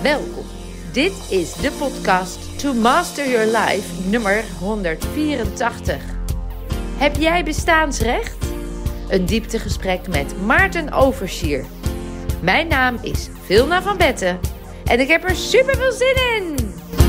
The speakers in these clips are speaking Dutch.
Welkom. Dit is de podcast To Master Your Life nummer 184. Heb jij bestaansrecht? Een dieptegesprek met Maarten Oversier. Mijn naam is Vilna van Betten en ik heb er super veel zin in.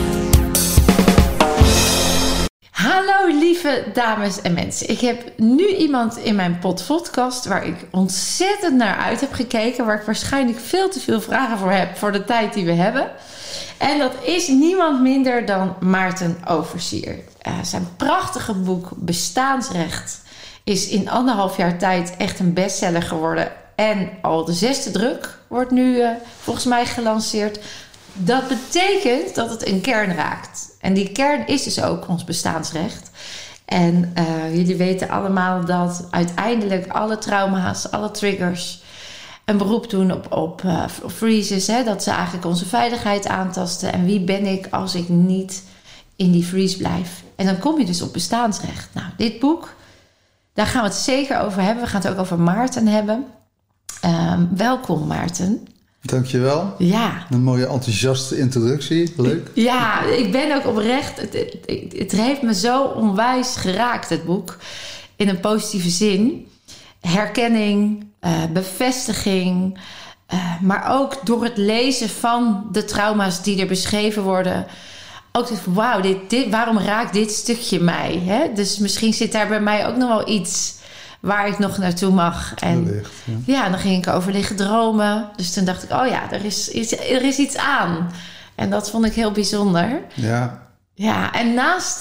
Hallo lieve dames en mensen. Ik heb nu iemand in mijn podcast waar ik ontzettend naar uit heb gekeken. Waar ik waarschijnlijk veel te veel vragen voor heb voor de tijd die we hebben. En dat is niemand minder dan Maarten Oversier. Zijn prachtige boek Bestaansrecht is in 1,5 jaar tijd echt een bestseller geworden. En al de 6e druk wordt nu volgens mij gelanceerd. Dat betekent dat het een kern raakt. En die kern is dus ook ons bestaansrecht. En jullie weten allemaal dat uiteindelijk alle trauma's, alle triggers een beroep doen op freezes. Hè? Dat ze eigenlijk onze veiligheid aantasten. En wie ben ik als ik niet in die freeze blijf? En dan kom je dus op bestaansrecht. Nou, dit boek, daar gaan we het zeker over hebben. We gaan het ook over Maarten hebben. Welkom Maarten. Dankjewel. Ja. Een mooie enthousiaste introductie. Leuk. Ja, ik ben ook oprecht. Het heeft me zo onwijs geraakt, het boek. In een positieve zin. Herkenning, bevestiging. Maar ook door het lezen van de trauma's die er beschreven worden. Ook van wauw, waarom raakt dit stukje mij? Hè? Dus misschien zit daar bij mij ook nog wel iets waar ik nog naartoe mag. En wellicht, ja, dan ging ik over liggen dromen. Dus toen dacht ik, oh ja, er is iets aan. En dat vond ik heel bijzonder. Ja. Ja, en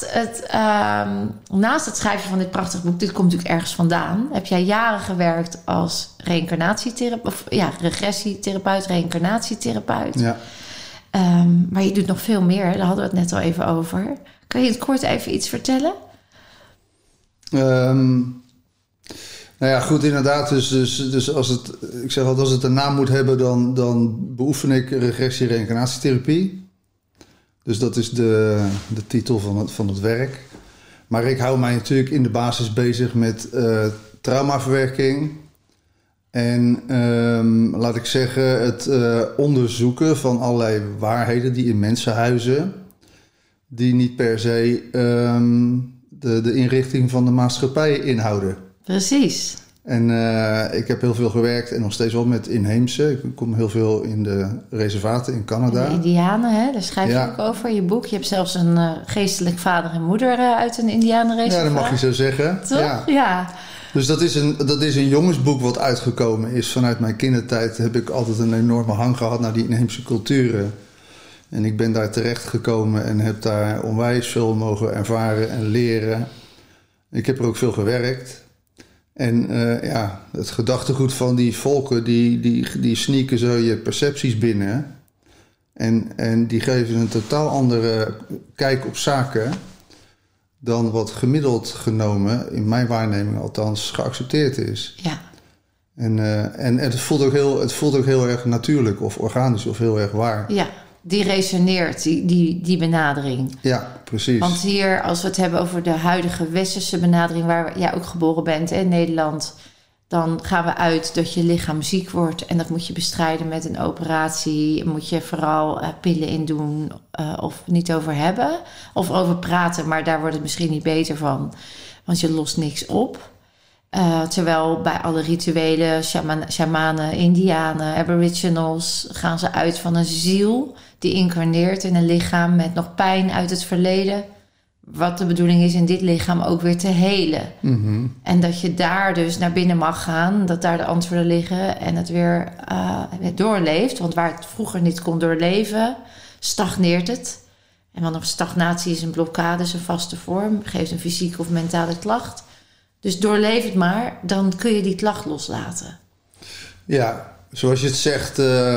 naast het schrijven van dit prachtige boek, dit komt natuurlijk ergens vandaan, heb jij jaren gewerkt als regressietherapeut, reïncarnatietherapeut. Ja. Maar je doet nog veel meer, daar hadden we het net al even over. Kan je in het kort even iets vertellen? Nou ja, goed, inderdaad. Dus als het een naam moet hebben, dan beoefen ik regressie-reïncarnatietherapie. Dus dat is de titel van het werk. Maar ik hou mij natuurlijk in de basis bezig met traumaverwerking. En laat ik zeggen, het onderzoeken van allerlei waarheden die in mensen huizen, die niet per se de inrichting van de maatschappij inhouden. Precies. En ik heb heel veel gewerkt en nog steeds wel met inheemse. Ik kom heel veel in de reservaten in Canada. En de Indianen, hè? Daar schrijf je ook over in je boek. Je hebt zelfs een geestelijk vader en moeder uit een Indianenreservaat. Ja, dat mag je zo zeggen. Toch? Ja. Dus dat is een jongensboek wat uitgekomen is. Vanuit mijn kindertijd heb ik altijd een enorme hang gehad naar die inheemse culturen. En ik ben daar terecht gekomen en heb daar onwijs veel mogen ervaren en leren. Ik heb er ook veel gewerkt. En het gedachtegoed van die volken, die sneaken zo je percepties binnen. En die geven een totaal andere kijk op zaken dan wat gemiddeld genomen, in mijn waarneming althans, geaccepteerd is. Ja. En het voelt ook heel erg natuurlijk of organisch of heel erg waar. Ja, die resoneert, die benadering. Ja, precies. Want hier, als we het hebben over de huidige westerse benadering, waar jij ook geboren bent in Nederland, dan gaan we uit dat je lichaam ziek wordt en dat moet je bestrijden met een operatie. Moet je vooral pillen in doen of niet over hebben of over praten, maar daar wordt het misschien niet beter van, want je lost niks op. Terwijl bij alle rituelen, shamanen, indianen, aboriginals, gaan ze uit van een ziel die incarneert in een lichaam met nog pijn uit het verleden. Wat de bedoeling is in dit lichaam ook weer te helen. Mm-hmm. En dat je daar dus naar binnen mag gaan, dat daar de antwoorden liggen en het weer doorleeft. Want waar het vroeger niet kon doorleven, stagneert het. En want een stagnatie is een blokkade, is een vaste vorm, geeft een fysieke of mentale klacht. Dus doorleef het maar, dan kun je die klacht loslaten. Ja, zoals je het zegt,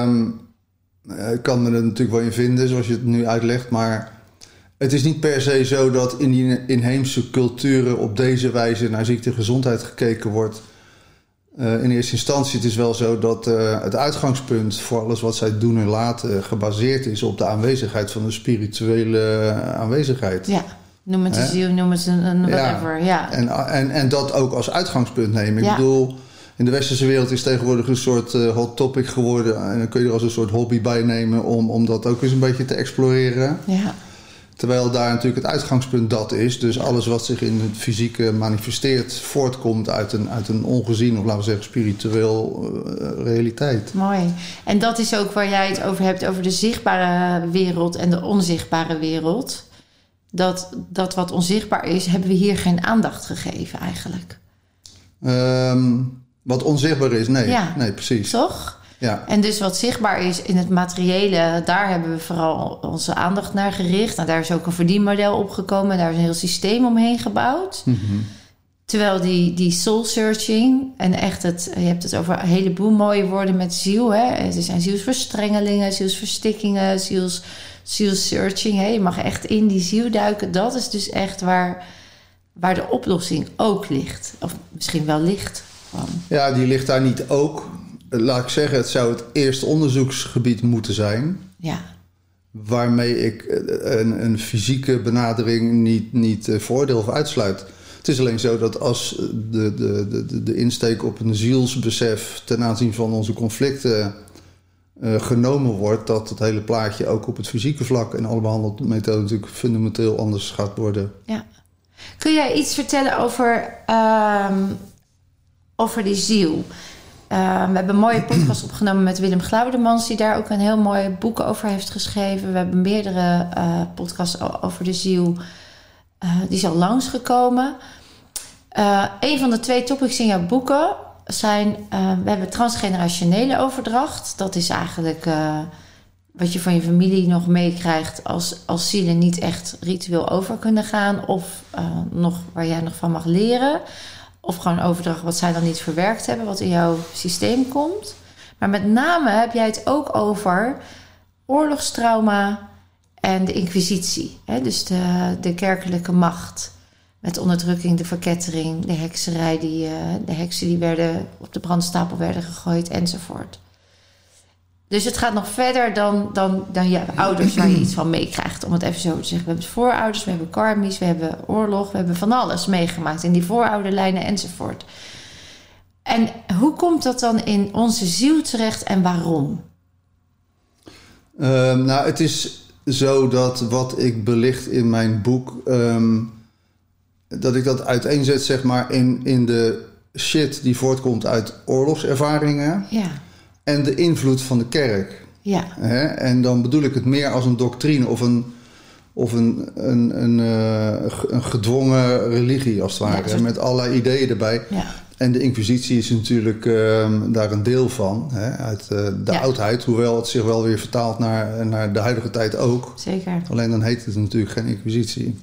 ik kan me er natuurlijk wel in vinden, zoals je het nu uitlegt. Maar het is niet per se zo dat in die inheemse culturen op deze wijze naar ziekte en gezondheid gekeken wordt. In eerste instantie, het is wel zo dat het uitgangspunt voor alles wat zij doen en laten gebaseerd is op de aanwezigheid van een spirituele aanwezigheid. Ja. Noem het een ziel, noem het een whatever. Ja. En dat ook als uitgangspunt nemen. Ik bedoel, In de westerse wereld is tegenwoordig een soort hot topic geworden. En dan kun je er als een soort hobby bij nemen om dat ook eens een beetje te exploreren. Ja. Terwijl daar natuurlijk het uitgangspunt dat is. Dus alles wat zich in het fysieke manifesteert voortkomt uit een ongezien of laten we zeggen spiritueel realiteit. Mooi. En dat is ook waar jij het over hebt, over de zichtbare wereld en de onzichtbare wereld. Dat wat onzichtbaar is, hebben we hier geen aandacht gegeven eigenlijk. Wat onzichtbaar is, nee. Ja. Nee, precies. Toch? Ja. En dus wat zichtbaar is in het materiële, daar hebben we vooral onze aandacht naar gericht. Nou, daar is ook een verdienmodel opgekomen. Daar is een heel systeem omheen gebouwd. Mm-hmm. Terwijl die soul searching en echt je hebt het over een heleboel mooie woorden met ziel. Hè? Er zijn zielsverstrengelingen, zielsverstikkingen, zielsearching. Hè? Je mag echt in die ziel duiken. Dat is dus echt waar de oplossing ook ligt. Of misschien wel ligt. Ja, die ligt daar niet ook. Laat ik zeggen, het zou het eerste onderzoeksgebied moeten zijn. Ja. Waarmee ik een fysieke benadering niet voordeel of uitsluit. Het is alleen zo dat als de insteek op een zielsbesef ten aanzien van onze conflicten genomen wordt, dat het hele plaatje ook op het fysieke vlak en alle behandelmethoden natuurlijk fundamenteel anders gaat worden. Ja. Kun jij iets vertellen over die ziel? We hebben een mooie podcast opgenomen met Willem Glaudemans, die daar ook een heel mooi boek over heeft geschreven. We hebben meerdere podcasts over de ziel. Die is al langsgekomen. Een van de 2 topics in jouw boeken zijn... we hebben transgenerationele overdracht. Dat is eigenlijk wat je van je familie nog meekrijgt als zielen niet echt ritueel over kunnen gaan. Of waar jij nog van mag leren. Of gewoon overdracht wat zij dan niet verwerkt hebben, wat in jouw systeem komt. Maar met name heb jij het ook over oorlogstrauma en de inquisitie. Hè? Dus de kerkelijke macht. Met onderdrukking, de verkettering, de hekserij, de heksen die werden op de brandstapel werden gegooid enzovoort. Dus het gaat nog verder dan je ouders waar je iets van meekrijgt. Om het even zo te zeggen. We hebben voorouders, we hebben karmisch, we hebben oorlog. We hebben van alles meegemaakt in die voorouderlijnen enzovoort. En hoe komt dat dan in onze ziel terecht en waarom? Nou, het is zo dat wat ik belicht in mijn boek... dat ik dat uiteenzet zeg maar in de shit die voortkomt uit oorlogservaringen... Ja. En de invloed van de kerk. Ja. En dan bedoel ik het meer als een doctrine of een gedwongen religie als het ware. Ja, met allerlei ideeën erbij. Ja. En de inquisitie is natuurlijk daar een deel van. Uit de oudheid. Hoewel het zich wel weer vertaalt naar de huidige tijd ook. Zeker. Alleen dan heet het natuurlijk geen inquisitie.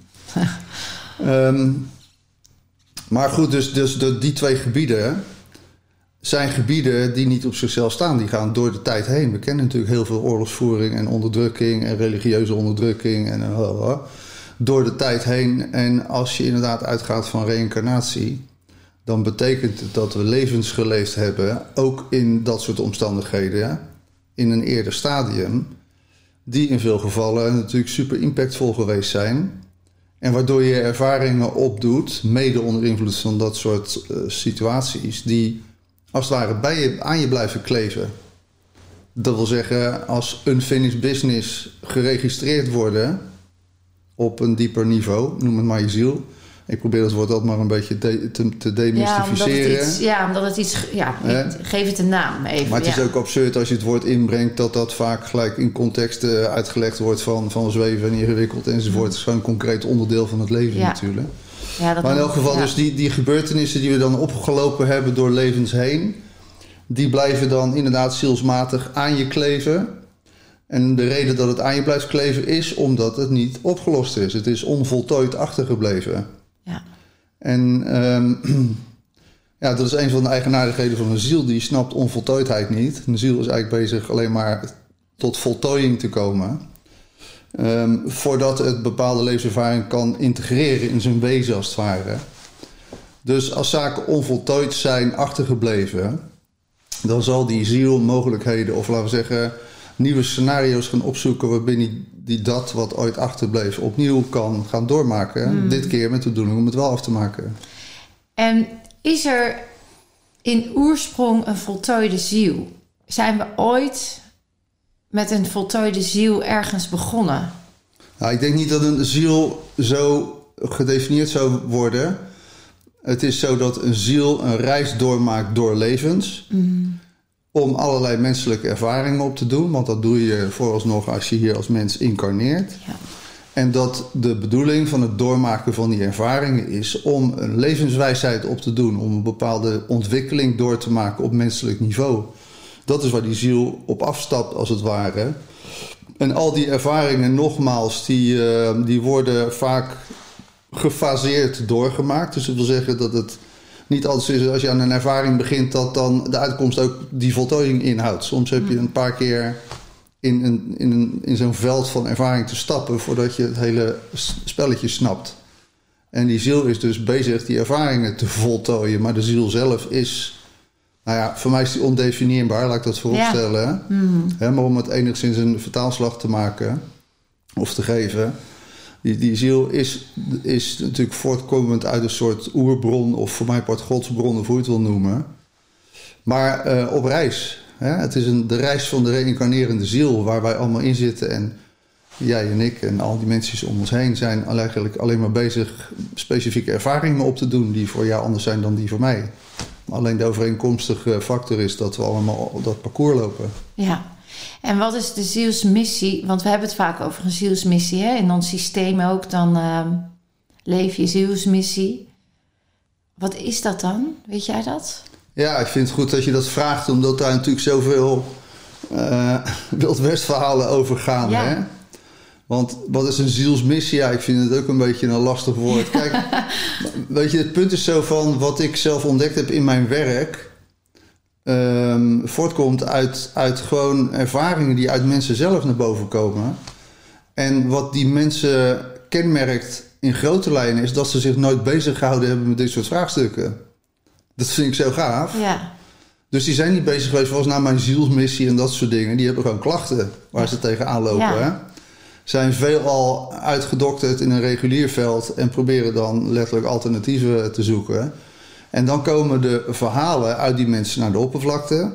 Maar goed, dus die 2 gebieden... zijn gebieden die niet op zichzelf staan. Die gaan door de tijd heen. We kennen natuurlijk heel veel oorlogsvoering en onderdrukking... en religieuze onderdrukking en door de tijd heen. En als je inderdaad uitgaat van reïncarnatie... dan betekent het dat we levens geleefd hebben... ook in dat soort omstandigheden... in een eerder stadium... die in veel gevallen natuurlijk super impactvol geweest zijn... en waardoor je ervaringen opdoet... mede onder invloed van dat soort situaties... die... als het ware aan je blijven kleven. Dat wil zeggen, als unfinished business geregistreerd worden... op een dieper niveau, noem het maar je ziel. Ik probeer dat woord altijd maar een beetje te demystificeren. Omdat het iets... geef het een naam even. Maar het is ook absurd als je het woord inbrengt... dat vaak gelijk in context uitgelegd wordt van zweven en ingewikkeld enzovoort. Het is gewoon een concreet onderdeel van het leven natuurlijk. Ja, maar in elk geval, dus die gebeurtenissen die we dan opgelopen hebben door levens heen... die blijven dan inderdaad zielsmatig aan je kleven. En de reden dat het aan je blijft kleven is omdat het niet opgelost is. Het is onvoltooid achtergebleven. Ja. En dat is een van de eigenaardigheden van een ziel. Die snapt onvoltooidheid niet. Een ziel is eigenlijk bezig alleen maar tot voltooiing te komen... voordat het bepaalde levenservaring kan integreren in zijn wezen als het ware. Dus als zaken onvoltooid zijn achtergebleven... dan zal die ziel mogelijkheden, of laten we zeggen... nieuwe scenario's gaan opzoeken... waarbij die dat wat ooit achterbleef opnieuw kan gaan doormaken. Dit keer met de bedoeling om het wel af te maken. En is er in oorsprong een voltooide ziel? Zijn we ooit met een voltooide ziel ergens begonnen? Nou, ik denk niet dat een ziel zo gedefinieerd zou worden. Het is zo dat een ziel een reis doormaakt door levens. Om allerlei menselijke ervaringen op te doen. Want dat doe je vooralsnog als je hier als mens incarneert. Ja. En dat de bedoeling van het doormaken van die ervaringen is om een levenswijsheid op te doen. Om een bepaalde ontwikkeling door te maken op menselijk niveau. Dat is waar die ziel op afstapt als het ware. En al die ervaringen nogmaals, die worden vaak gefaseerd doorgemaakt. Dus dat wil zeggen dat het niet altijd is als je aan een ervaring begint dat dan de uitkomst ook die voltooiing inhoudt. Soms heb je een paar keer in zo'n veld van ervaring te stappen voordat je het hele spelletje snapt. En die ziel is dus bezig die ervaringen te voltooien. Maar de ziel zelf is, nou ja, voor mij is die ondefinieerbaar, laat ik dat vooropstellen. Ja. Maar om het enigszins een vertaalslag te maken of te geven. Die ziel is natuurlijk voortkomend uit een soort oerbron, of voor mij part godsbron, of hoe je het wil noemen. Maar op reis. Hè? Het is de reis van de reïncarnerende ziel waar wij allemaal in zitten. En jij en ik en al die mensen om ons heen zijn eigenlijk alleen maar bezig specifieke ervaringen op te doen die voor jou anders zijn dan die voor mij. Maar alleen de overeenkomstige factor is dat we allemaal op dat parcours lopen. Ja. En wat is de zielsmissie? Want we hebben het vaak over een zielsmissie, hè? In ons systeem ook. Dan leef je zielsmissie. Wat is dat dan? Weet jij dat? Ja, ik vind het goed dat je dat vraagt, omdat daar natuurlijk zoveel Wild West-verhalen over gaan. Ja. Hè? Want wat is een zielsmissie? Ja, ik vind het ook een beetje een lastig woord. Kijk, weet je, het punt is zo van wat ik zelf ontdekt heb in mijn werk. Voortkomt uit gewoon ervaringen die uit mensen zelf naar boven komen. En wat die mensen kenmerkt in grote lijnen is dat ze zich nooit bezig gehouden hebben met dit soort vraagstukken. Dat vind ik zo gaaf. Ja. Dus die zijn niet bezig geweest volgens naar mijn zielsmissie en dat soort dingen. Die hebben gewoon klachten waar ze tegenaan lopen. Ja. Hè? Zijn veelal uitgedokterd in een regulier veld en proberen dan letterlijk alternatieven te zoeken. En dan komen de verhalen uit die mensen naar de oppervlakte.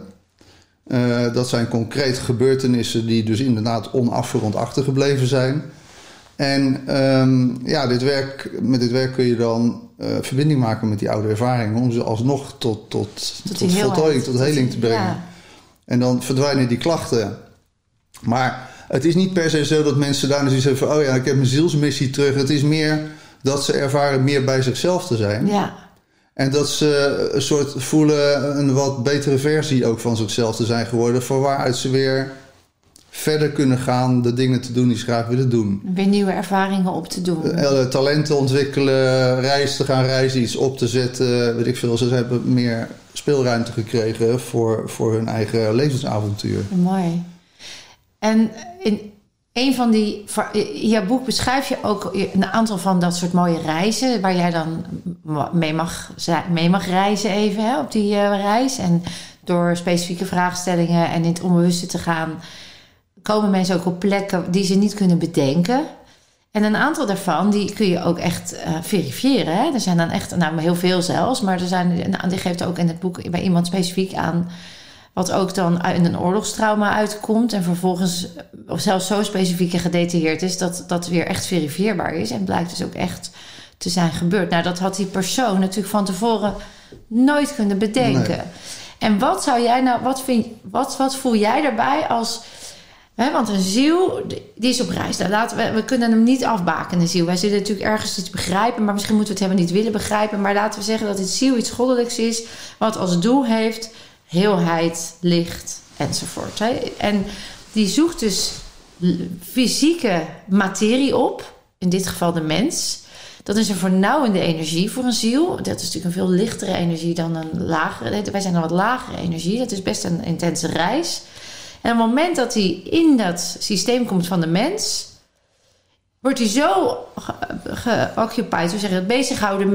Dat zijn concreet gebeurtenissen die dus inderdaad onafgerond achtergebleven zijn. En met dit werk kun je dan verbinding maken met die oude ervaringen om ze alsnog tot voltooiing, tot heling te brengen. Ja. En dan verdwijnen die klachten. Maar het is niet per se zo dat mensen daar zoiets hebben van, oh ja, ik heb mijn zielsmissie terug. Het is meer dat ze ervaren meer bij zichzelf te zijn. Ja. En dat ze een soort voelen een wat betere versie ook van zichzelf te zijn geworden. Van waaruit ze weer verder kunnen gaan, de dingen te doen die ze graag willen doen. Weer nieuwe ervaringen op te doen. Talenten ontwikkelen, te gaan reizen, iets op te zetten. Weet ik veel. Ze hebben meer speelruimte gekregen voor hun eigen levensavontuur. Mooi. En in een van in jouw boek beschrijf je ook een aantal van dat soort mooie reizen, waar jij dan mee mag reizen even, hè, op die reis. En door specifieke vraagstellingen en in het onbewuste te gaan, komen mensen ook op plekken die ze niet kunnen bedenken. En een aantal daarvan, die kun je ook echt verifiëren. Hè? Er zijn dan echt, heel veel zelfs, maar die geeft ook in het boek bij iemand specifiek aan wat ook dan in een oorlogstrauma uitkomt en vervolgens of zelfs zo specifiek en gedetailleerd is dat dat weer echt verifieerbaar is en blijkt dus ook echt te zijn gebeurd. Nou, dat had die persoon natuurlijk van tevoren nooit kunnen bedenken. Nee. En wat zou jij wat voel jij daarbij als, hè, want een ziel, die is op reis. We kunnen hem niet afbaken, een ziel. Wij zitten natuurlijk ergens iets begrijpen, maar misschien moeten we het helemaal niet willen begrijpen. Maar laten we zeggen dat het ziel iets goddelijks is, wat als doel heeft heelheid, licht enzovoort. Hè? En die zoekt dus fysieke materie op, in dit geval de mens. Dat is een vernauwende energie voor een ziel. Dat is natuurlijk een veel lichtere energie dan een lagere. Wij zijn een wat lagere energie. Dat is best een intense reis. En op het moment dat hij in dat systeem komt van de mens, wordt hij zo geoccupied, we zeggen, bezighouden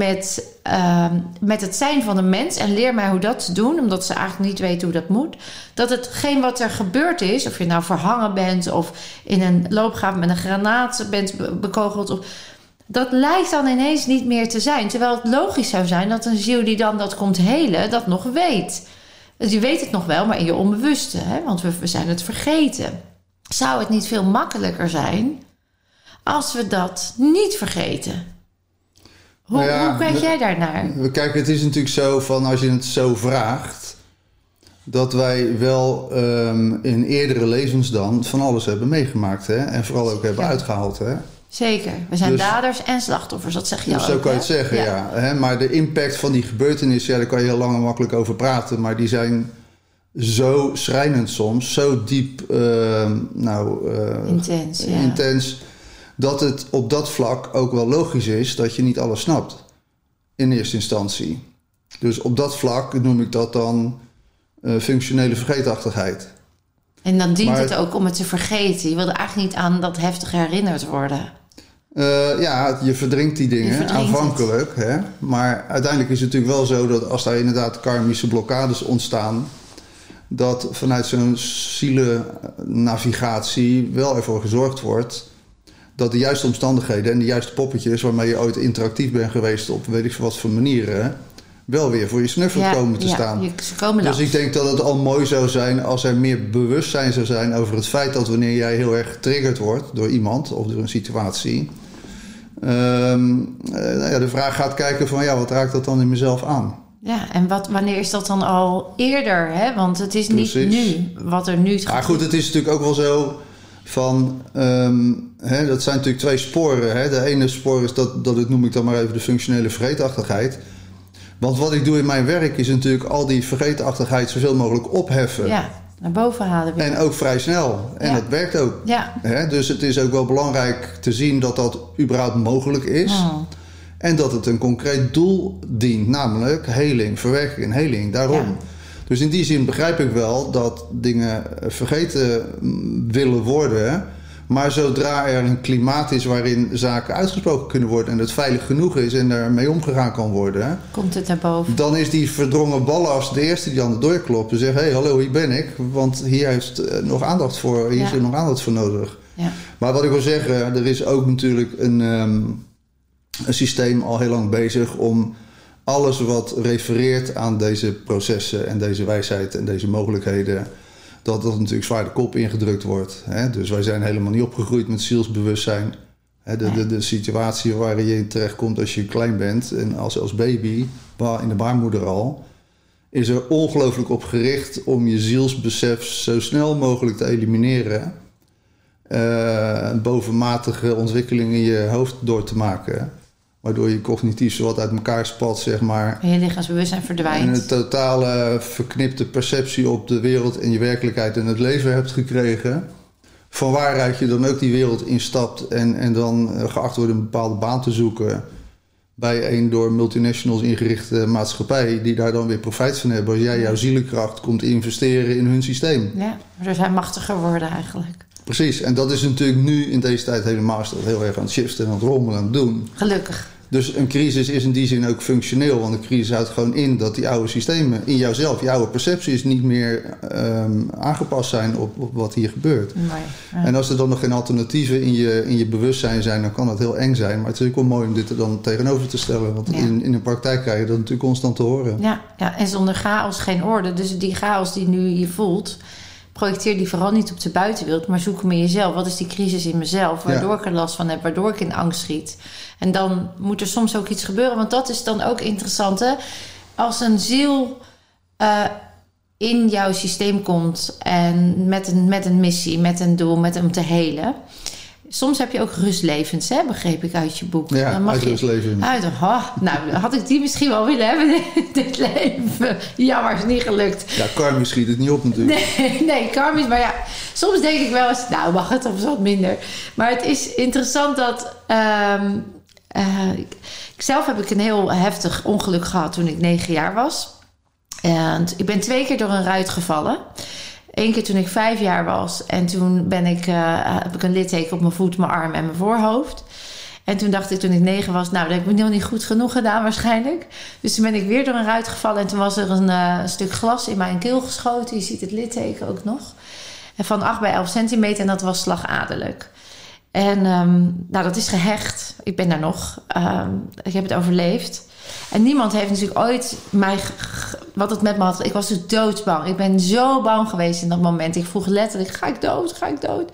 met het zijn van een mens en leer mij hoe dat te doen, omdat ze eigenlijk niet weten hoe dat moet. Dat hetgeen wat er gebeurd is, of je nou verhangen bent of in een loopgraaf met een granaat bent bekogeld, Dat lijkt dan ineens niet meer te zijn. Terwijl het logisch zou zijn dat een ziel die dan dat komt helen, dat nog weet. Dus je weet het nog wel, maar in je onbewuste. Hè? Want we zijn het vergeten. Zou het niet veel makkelijker zijn als we dat niet vergeten? Hoe kijk jij daarnaar? Kijk, het is natuurlijk zo van als je het zo vraagt, dat wij wel in eerdere levens dan van alles hebben meegemaakt. Hè? En vooral ook hebben uitgehaald. Hè? Zeker. We zijn daders en slachtoffers, dat zeg je dus al. Zo kan je het zeggen, ja. Hè? Maar de impact van die gebeurtenissen, daar kan je heel lang en makkelijk over praten. Maar die zijn zo schrijnend soms, zo diep intens, dat het op dat vlak ook wel logisch is dat je niet alles snapt. In eerste instantie. Dus op dat vlak noem ik dat dan functionele vergeetachtigheid. En dan dient het ook om het te vergeten. Je wilde eigenlijk niet aan dat heftig herinnerd worden. Je verdrinkt die dingen aanvankelijk. Hè? Maar uiteindelijk is het natuurlijk wel zo dat als daar inderdaad karmische blokkades ontstaan, dat vanuit zo'n zielennavigatie wel ervoor gezorgd wordt dat de juiste omstandigheden en de juiste poppetjes waarmee je ooit interactief bent geweest op weet ik veel wat voor manieren, wel weer voor je snuffel komen te staan. Dus ik denk dat het al mooi zou zijn als er meer bewustzijn zou zijn over het feit dat wanneer jij heel erg getriggerd wordt door iemand of door een situatie, de vraag gaat kijken van wat raakt dat dan in mezelf aan? Ja, en wanneer is dat dan al eerder? Hè? Want het is niet nu wat er nu gebeurt. Maar goed, het is natuurlijk ook wel zo van dat zijn natuurlijk twee sporen. Hè? De ene spoor is dat ik noem ik dan maar even de functionele vergeetachtigheid. Want wat ik doe in mijn werk is natuurlijk al die vergeetachtigheid zoveel mogelijk opheffen. Ja, naar boven halen. En ook vrij snel. En dat werkt ook. Ja. Dus het is ook wel belangrijk te zien dat dat überhaupt mogelijk is. En dat het een concreet doel dient. Namelijk heling, verwerking en heling. Daarom. Ja. Dus in die zin begrijp ik wel dat dingen vergeten willen worden. Maar zodra er een klimaat is waarin zaken uitgesproken kunnen worden en het veilig genoeg is en er mee omgegaan kan worden, komt het naar boven. Dan is die verdrongen ballast de eerste die aan de deur klopt en zegt: hallo, hier ben ik, want hier heeft nog aandacht voor, hier is er nog aandacht voor nodig. Ja. Maar wat ik wil zeggen, er is ook natuurlijk een systeem al heel lang bezig om alles wat refereert aan deze processen en deze wijsheid en deze mogelijkheden, dat natuurlijk zwaar de kop ingedrukt wordt. Hè? Dus wij zijn helemaal niet opgegroeid met zielsbewustzijn. Hè? De situatie waarin je terechtkomt als je klein bent en als baby, in de baarmoeder al, is er ongelooflijk op gericht om je zielsbesef zo snel mogelijk te elimineren. Bovenmatige ontwikkelingen in je hoofd door te maken. Waardoor je cognitief zowat uit elkaar spat, zeg maar. En je lichaamsbewustzijn verdwijnt. En een totale verknipte perceptie op de wereld en je werkelijkheid en het leven hebt gekregen. Van waaruit je dan ook die wereld instapt en dan geacht wordt een bepaalde baan te zoeken bij een door multinationals ingerichte maatschappij die daar dan weer profijt van hebben als jij jouw zielenkracht komt investeren in hun systeem. Ja, maar ze zijn machtiger worden eigenlijk. Precies, en dat is natuurlijk nu in deze tijd helemaal heel erg aan het shiften en aan het rommelen aan het doen. Gelukkig. Dus een crisis is in die zin ook functioneel. Want een crisis houdt gewoon in dat die oude systemen in jouzelf, je oude percepties niet meer aangepast zijn op wat hier gebeurt. Nee, ja. En als er dan nog geen alternatieven in je bewustzijn zijn, dan kan dat heel eng zijn. Maar het is natuurlijk wel mooi om dit er dan tegenover te stellen. Want in de praktijk krijg je dat natuurlijk constant te horen. Ja, en zonder chaos geen orde. Dus die chaos die nu je voelt, projecteer die vooral niet op de buitenwereld, maar zoek hem in jezelf. Wat is die crisis in mezelf, waardoor ik er last van heb, waardoor ik in angst schiet? En dan moet er soms ook iets gebeuren, want dat is dan ook interessant, hè? Als een ziel in jouw systeem komt en met een missie, met een doel, met hem te helen. Soms heb je ook rustlevens, hè? Begreep ik uit je boek. Ja, dan mag rustlevens. Nou, had ik die misschien wel willen hebben in dit leven. Jammer, is niet gelukt. Ja, karmisch schiet het niet op natuurlijk. Nee, karmisch. Maar ja, soms denk ik wel eens, nou mag het of wat minder. Maar het is interessant dat zelf heb ik een heel heftig ongeluk gehad toen ik 9 jaar was. En ik ben 2 keer door een ruit gevallen. 1 keer toen ik 5 jaar was. En toen heb ik een litteken op mijn voet, mijn arm en mijn voorhoofd. En toen dacht ik, toen ik 9 was, nou, dat heb ik nog niet goed genoeg gedaan waarschijnlijk. Dus toen ben ik weer door een ruit gevallen. En toen was er een stuk glas in mijn keel geschoten. Je ziet het litteken ook nog. En van 8 bij 11 centimeter en dat was slagadelijk. En dat is gehecht. Ik ben daar nog. Ik heb het overleefd. En niemand heeft natuurlijk ooit wat het met me had. Ik was dus doodsbang. Ik ben zo bang geweest in dat moment. Ik vroeg letterlijk, ga ik dood?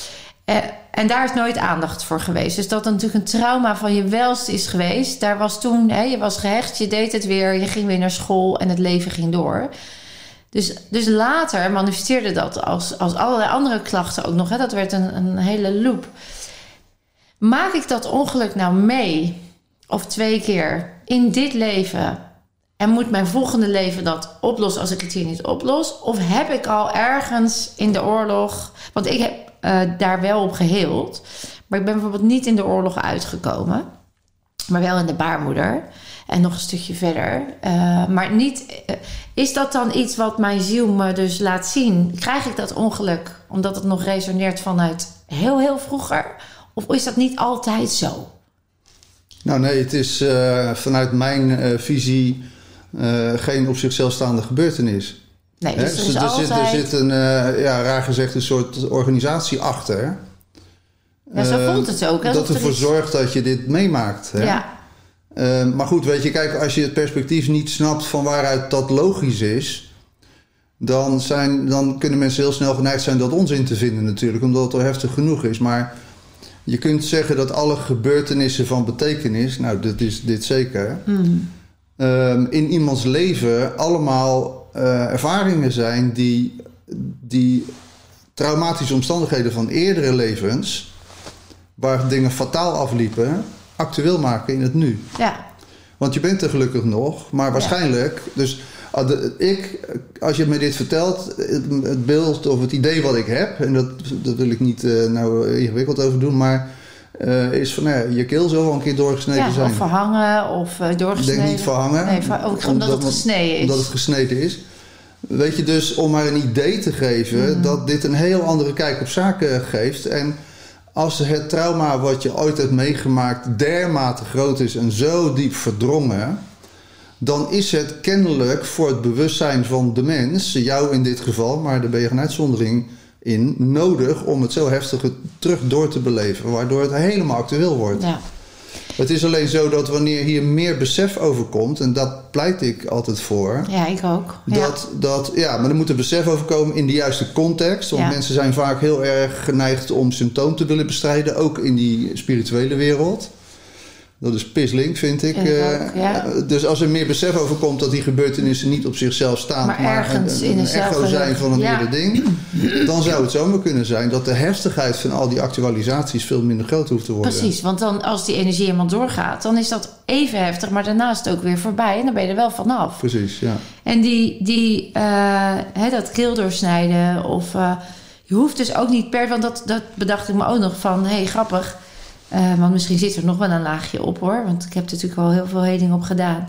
En daar is nooit aandacht voor geweest. Dus dat natuurlijk een trauma van je welste is geweest. Daar was toen, je was gehecht, je deed het weer. Je ging weer naar school en het leven ging door. Dus later manifesteerde dat als allerlei andere klachten ook nog. Dat werd een hele loop. Maak ik dat ongeluk nou mee? Of 2 keer in dit leven? En moet mijn volgende leven dat oplossen als ik het hier niet oplos? Of heb ik al ergens in de oorlog... Want ik heb daar wel op geheeld. Maar ik ben bijvoorbeeld niet in de oorlog uitgekomen. Maar wel in de baarmoeder. En nog een stukje verder. Maar niet... is dat dan iets wat mijn ziel me dus laat zien? Krijg ik dat ongeluk omdat het nog resoneert vanuit heel, heel vroeger? Of is dat niet altijd zo? Nou nee, het is vanuit mijn visie geen op zichzelf staande gebeurtenis. Nee, dus er zit een, raar gezegd, een soort organisatie achter. Ja, zo voelt het ook. Dat ervoor zorgt dat je dit meemaakt. Hè? Ja. Maar goed, weet je, kijk, als je het perspectief niet snapt van waaruit dat logisch is... dan kunnen mensen heel snel geneigd zijn dat onzin te vinden natuurlijk, omdat het al heftig genoeg is. Maar je kunt zeggen dat alle gebeurtenissen van betekenis, nou, dat is dit zeker... in iemands leven allemaal ervaringen zijn die traumatische omstandigheden van eerdere levens, waar dingen fataal afliepen, actueel maken in het nu. Ja. Want je bent er gelukkig nog, maar waarschijnlijk... Dus als je me dit vertelt, het beeld of het idee wat ik heb... en dat wil ik niet ingewikkeld over doen, maar... is van, je keel zal wel een keer doorgesneden zijn. Of verhangen of doorgesneden. Ik denk niet verhangen. Nee, omdat het gesneden is. Omdat het gesneden is. Weet je, dus om maar een idee te geven... dat dit een heel andere kijk op zaken geeft. En als het trauma wat je ooit hebt meegemaakt... dermate groot is en zo diep verdrongen... dan is het kennelijk voor het bewustzijn van de mens... jou in dit geval, maar daar ben je geen uitzondering... in nodig om het zo heftig terug door te beleven, waardoor het helemaal actueel wordt. Ja. Het is alleen zo dat wanneer hier meer besef over komt, en dat pleit ik altijd voor. Ja, ik ook. Maar er moet er besef over komen in de juiste context. Want mensen zijn vaak heel erg geneigd om symptomen te willen bestrijden, ook in die spirituele wereld. Dat is pislink, vind ik. Dus als er meer besef over komt dat die gebeurtenissen niet op zichzelf staan, maar ergens in een echo zijn van een eerder ding, dan zou het zomaar kunnen zijn dat de heftigheid van al die actualisaties veel minder groot hoeft te worden. Precies, want dan als die energie helemaal doorgaat, dan is dat even heftig, maar daarna is het ook weer voorbij en dan ben je er wel vanaf. Precies, ja. En dat keel doorsnijden of je hoeft dus ook niet want dat bedacht ik me ook nog van, grappig. Want misschien zit er nog wel een laagje op hoor. Want ik heb er natuurlijk wel heel veel heling op gedaan.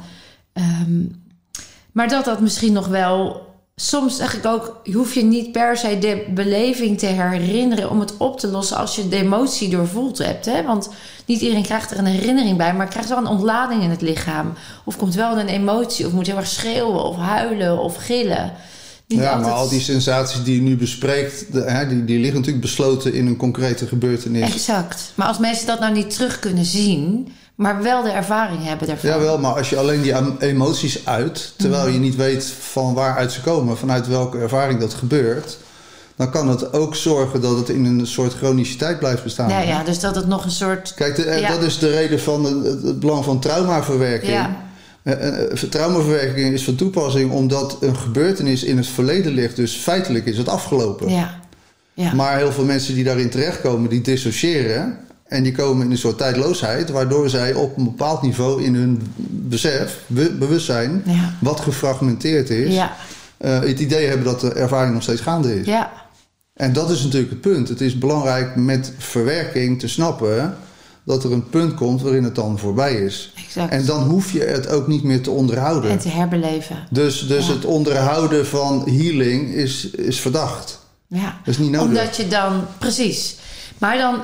Maar dat misschien nog wel... Soms zeg ik ook... Je hoeft je niet per se de beleving te herinneren... om het op te lossen als je de emotie doorvoeld hebt. Hè? Want niet iedereen krijgt er een herinnering bij... maar krijgt wel een ontlading in het lichaam. Of komt wel een emotie... of moet heel erg schreeuwen of huilen of gillen... Maar al die sensaties die je nu bespreekt... die liggen natuurlijk besloten in een concrete gebeurtenis. Exact. Maar als mensen dat nou niet terug kunnen zien... maar wel de ervaring hebben daarvan. Jawel, maar als je alleen die emoties uit... terwijl je niet weet van waaruit ze komen... vanuit welke ervaring dat gebeurt... dan kan het ook zorgen dat het in een soort chroniciteit blijft bestaan. Ja, dus dat het nog een soort... Kijk, dat is de reden van het belang van traumaverwerking... Ja. Traumaverwerking is van toepassing omdat een gebeurtenis in het verleden ligt. Dus feitelijk is het afgelopen. Ja. Ja. Maar heel veel mensen die daarin terechtkomen, die dissociëren. En die komen in een soort tijdloosheid. Waardoor zij op een bepaald niveau in hun bewustzijn, wat gefragmenteerd is, het idee hebben dat de ervaring nog steeds gaande is. Ja. En dat is natuurlijk het punt. Het is belangrijk met verwerking te snappen dat er een punt komt waarin het dan voorbij is. Exact. En dan hoef je het ook niet meer te onderhouden. En te herbeleven. Dus het onderhouden van healing is verdacht. Ja. Dat is niet nodig. Omdat je dan... Precies. Maar dan...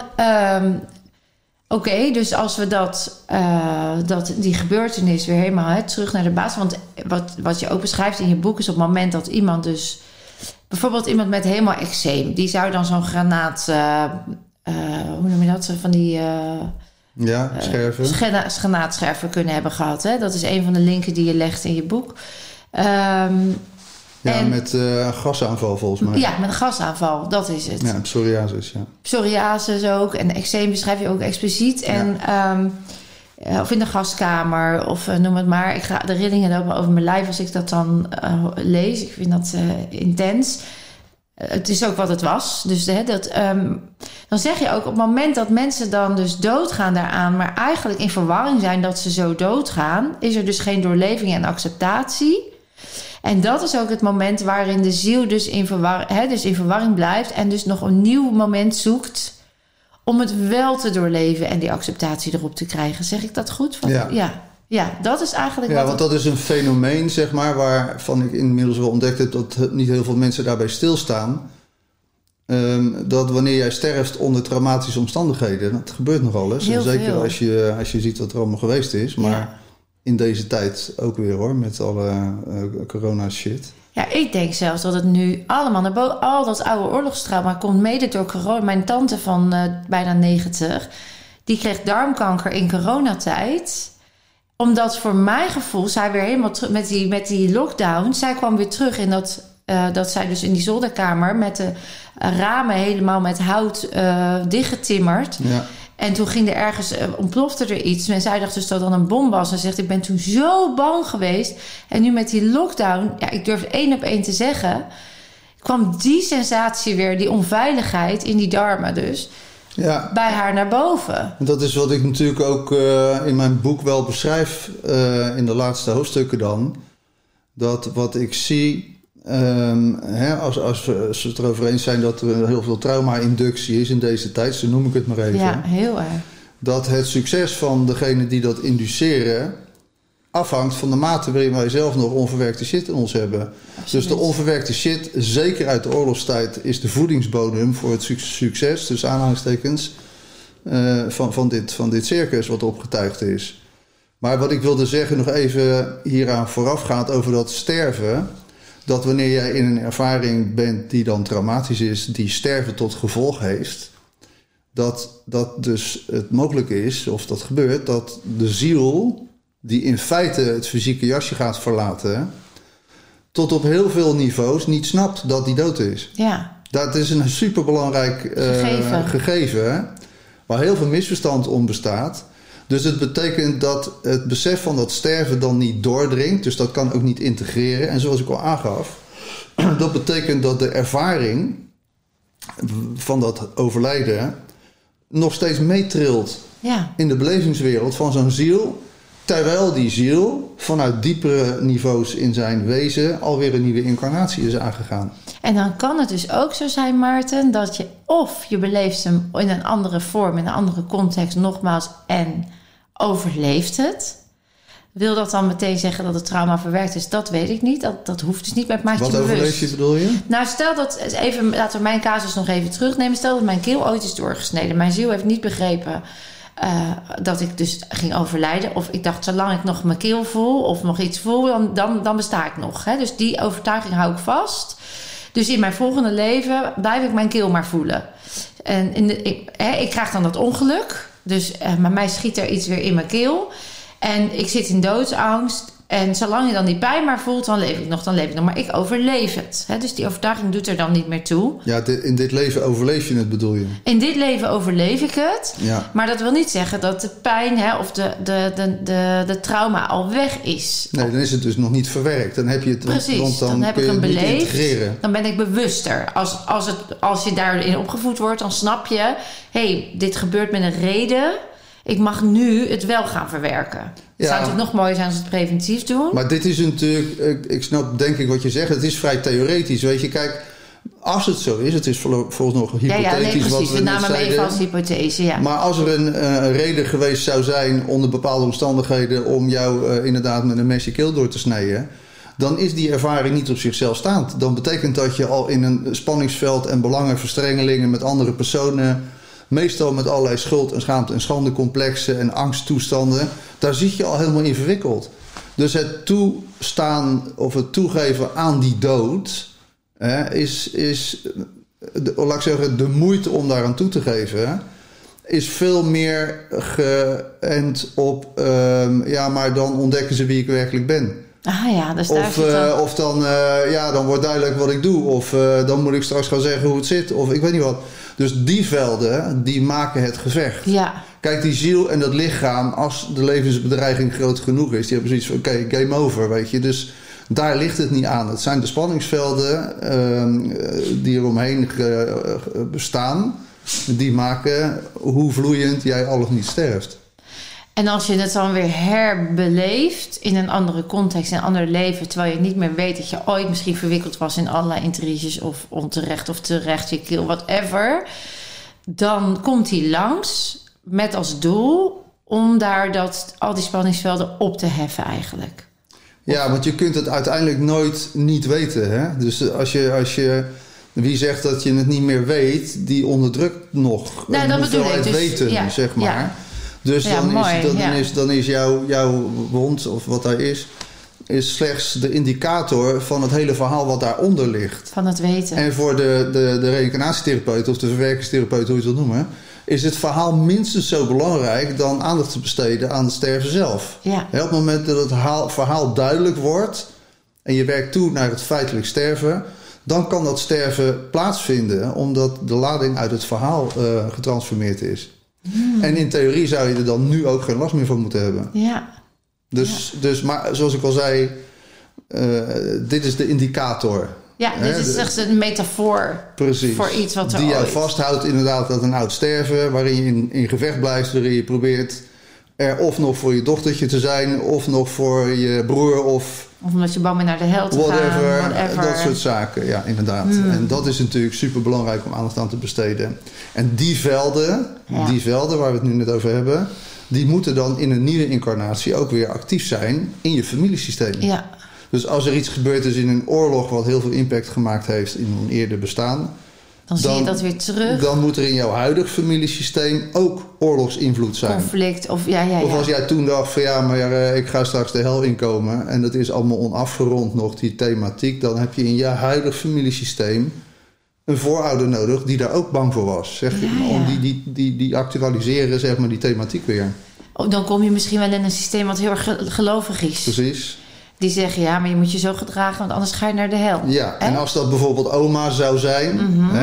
Oké, dus als we die gebeurtenis weer helemaal terug naar de basis... Want wat je ook beschrijft in je boek is op het moment dat iemand dus... Bijvoorbeeld iemand met helemaal eczeem... Die zou dan zo'n granaat... hoe noem je dat? Van die scherven. Granaatscherven kunnen hebben gehad. Hè? Dat is een van de linken die je legt in je boek. Met gasaanval volgens mij. Ja, met een gasaanval, dat is het. Ja, psoriasis, ja. Psoriasis ook. En eczeem beschrijf je ook expliciet. En, of in de gaskamer, of noem het maar. Ik ga de rillingen lopen over mijn lijf als ik dat dan lees. Ik vind dat intens. Het is ook wat het was. Dus dan zeg je ook op het moment dat mensen dan dus doodgaan daaraan, maar eigenlijk in verwarring zijn dat ze zo doodgaan, is er dus geen doorleving en acceptatie. En dat is ook het moment waarin de ziel dus in verwarring blijft en dus nog een nieuw moment zoekt om het wel te doorleven en die acceptatie erop te krijgen. Zeg ik dat goed? Ja, dat is eigenlijk want dat is een fenomeen, zeg maar, waarvan ik inmiddels wel ontdekt heb dat niet heel veel mensen daarbij stilstaan. Dat wanneer jij sterft onder traumatische omstandigheden, dat gebeurt nogal eens. Zeker als je ziet wat er allemaal geweest is. Maar in deze tijd ook weer hoor, met alle corona shit. Ja, ik denk zelfs dat het nu allemaal naar boven, al dat oude oorlogstrauma komt mede door corona. Mijn tante van bijna 90, die kreeg darmkanker in coronatijd. Omdat voor mijn gevoel, zij weer helemaal terug met die lockdown, zij kwam weer terug in dat zij dus in die zolderkamer met de ramen helemaal met hout dichtgetimmerd. Ja. En toen ging er ergens, ontplofte er iets. En zij dacht dus dat dat een bom was. En zegt, ik ben toen zo bang geweest. En nu met die lockdown, ik durf 1 op 1 te zeggen, kwam die sensatie weer, die onveiligheid in die darmen dus, bij haar naar boven. Dat is wat ik natuurlijk ook in mijn boek wel beschrijf, in de laatste hoofdstukken dan. Dat wat ik zie, als we het erover eens zijn dat er heel veel trauma-inductie is in deze tijd, zo noem ik het maar even. Ja, heel erg. Dat het succes van degene die dat induceren afhangt van de mate waarin wij zelf nog onverwerkte shit in ons hebben. Absoluut. Dus de onverwerkte shit, zeker uit de oorlogstijd, is de voedingsbodem voor het succes, dus aanhalingstekens, van dit circus wat opgetuigd is. Maar wat ik wilde zeggen nog even hieraan voorafgaand over dat sterven, dat wanneer jij in een ervaring bent die dan traumatisch is, die sterven tot gevolg heeft, dat dus het mogelijk is, of dat gebeurt, dat de ziel, die in feite het fysieke jasje gaat verlaten, tot op heel veel niveaus niet snapt dat die dood is. Ja. Dat is een superbelangrijk gegeven, waar heel veel misverstand om bestaat. Dus het betekent dat het besef van dat sterven dan niet doordringt. Dus dat kan ook niet integreren. En zoals ik al aangaf, dat betekent dat de ervaring van dat overlijden nog steeds meetrilt in de belevingswereld van zo'n ziel. Terwijl die ziel vanuit diepere niveaus in zijn wezen alweer een nieuwe incarnatie is aangegaan. En dan kan het dus ook zo zijn, Maarten, dat je of je beleeft hem in een andere vorm, in een andere context, nogmaals, en overleeft het. Wil dat dan meteen zeggen dat het trauma verwerkt is? Dat weet ik niet. Dat hoeft dus niet, maar het maakt je bewust. Wat overleef je, bedoel je? Nou, stel dat, laten we mijn casus nog even terugnemen. Stel dat mijn keel ooit is doorgesneden. Mijn ziel heeft niet begrepen dat ik dus ging overlijden. Of ik dacht, zolang ik nog mijn keel voel of nog iets voel, dan besta ik nog. Hè? Dus die overtuiging hou ik vast. Dus in mijn volgende leven blijf ik mijn keel maar voelen. En ik krijg dan dat ongeluk. Dus bij mij schiet er iets weer in mijn keel. En ik zit in doodsangst. En zolang je dan die pijn maar voelt, dan leef ik nog. Maar ik overleef het. Hè? Dus die overtuiging doet er dan niet meer toe. Ja, in dit leven overleef je het, bedoel je? In dit leven overleef ik het. Ja. Maar dat wil niet zeggen dat de pijn of de trauma al weg is. Nee, dan is het dus nog niet verwerkt. Dan heb je het, precies, want dan heb ik hem beleefd. Integreren. Dan ben ik bewuster. Als je daarin opgevoed wordt, dan snap je, dit gebeurt met een reden. Ik mag nu het wel gaan verwerken. Het zou natuurlijk nog mooier zijn als we het preventief doen. Maar dit is natuurlijk, ik snap denk ik wat je zegt. Het is vrij theoretisch. Weet je, kijk, als het zo is, het is volgens nog hypothetisch. Nee, precies. We namen hem even als hypothese, ja. Maar als er een reden geweest zou zijn onder bepaalde omstandigheden om jou inderdaad met een mes je keel door te snijden, dan is die ervaring niet op zichzelf staand. Dan betekent dat je al in een spanningsveld en belangenverstrengelingen met andere personen, meestal met allerlei schuld en schaamte en schandecomplexen en angsttoestanden, daar zit je al helemaal in verwikkeld. Dus het toestaan of het toegeven aan die dood is laat ik zeggen, de moeite om daaraan toe te geven, is veel meer geënt op... maar dan ontdekken ze wie ik werkelijk ben. Ah ja, dus daar zit dan... Of dan wordt duidelijk wat ik doe. Of dan moet ik straks gaan zeggen hoe het zit. Of ik weet niet wat. Dus die velden, die maken het gevecht. Ja. Kijk, die ziel en dat lichaam, als de levensbedreiging groot genoeg is... die hebben zoiets van, oké, game over, weet je. Dus daar ligt het niet aan. Het zijn de spanningsvelden die er omheen bestaan... die maken hoe vloeiend jij al of niet sterft. En als je het dan weer herbeleeft in een andere context, in een ander leven... terwijl je niet meer weet dat je ooit misschien verwikkeld was in allerlei intriges... of onterecht of terecht, je keel, whatever... dan komt hij langs met als doel om daar al die spanningsvelden op te heffen eigenlijk. Ja, want je kunt het uiteindelijk nooit niet weten. Hè? Dus als je wie zegt dat je het niet meer weet, die onderdrukt nog Nou, dat bedoel ik. Dus, weten, zeg maar. Ja. Dus Ja, dan is jouw wond, of wat daar is slechts de indicator van het hele verhaal wat daaronder ligt. Van het weten. En voor de reïncarnatietherapeut of de verwerkingstherapeut, hoe je het wil noemen, is het verhaal minstens zo belangrijk dan aandacht te besteden aan het sterven zelf. Ja. Op het moment dat het verhaal duidelijk wordt en je werkt toe naar het feitelijk sterven, dan kan dat sterven plaatsvinden omdat de lading uit het verhaal getransformeerd is. En in theorie zou je er dan nu ook geen last meer van moeten hebben. Ja. Dus maar zoals ik al zei, dit is de indicator. Ja, dit is echt een metafoor. Precies. Voor iets wat er die jou ooit... vasthoudt inderdaad dat een oud sterven, waarin je in gevecht blijft, waarin je probeert er of nog voor je dochtertje te zijn, of nog voor je broer, of omdat je bang bent naar de hel te gaan. Whatever. Dat soort zaken, ja, inderdaad. En dat is natuurlijk super belangrijk om aandacht aan te besteden. En die velden waar we het nu net over hebben, die moeten dan in een nieuwe incarnatie ook weer actief zijn in je familiesysteem. Ja. Dus als er iets gebeurd is in een oorlog wat heel veel impact gemaakt heeft in een eerder bestaan, dan zie je dat weer terug. Dan moet er in jouw huidig familiesysteem ook oorlogsinvloed zijn. Conflict of Of als jij toen dacht van ik ga straks de hel inkomen en dat is allemaal onafgerond nog, die thematiek, dan heb je in je huidig familiesysteem een voorouder nodig die daar ook bang voor was. Om die actualiseren, zeg maar, die thematiek weer. Oh, dan kom je misschien wel in een systeem wat heel erg gelovig is. Precies. Die zeggen, maar je moet je zo gedragen, want anders ga je naar de hel. Ja, en als dat bijvoorbeeld oma zou zijn,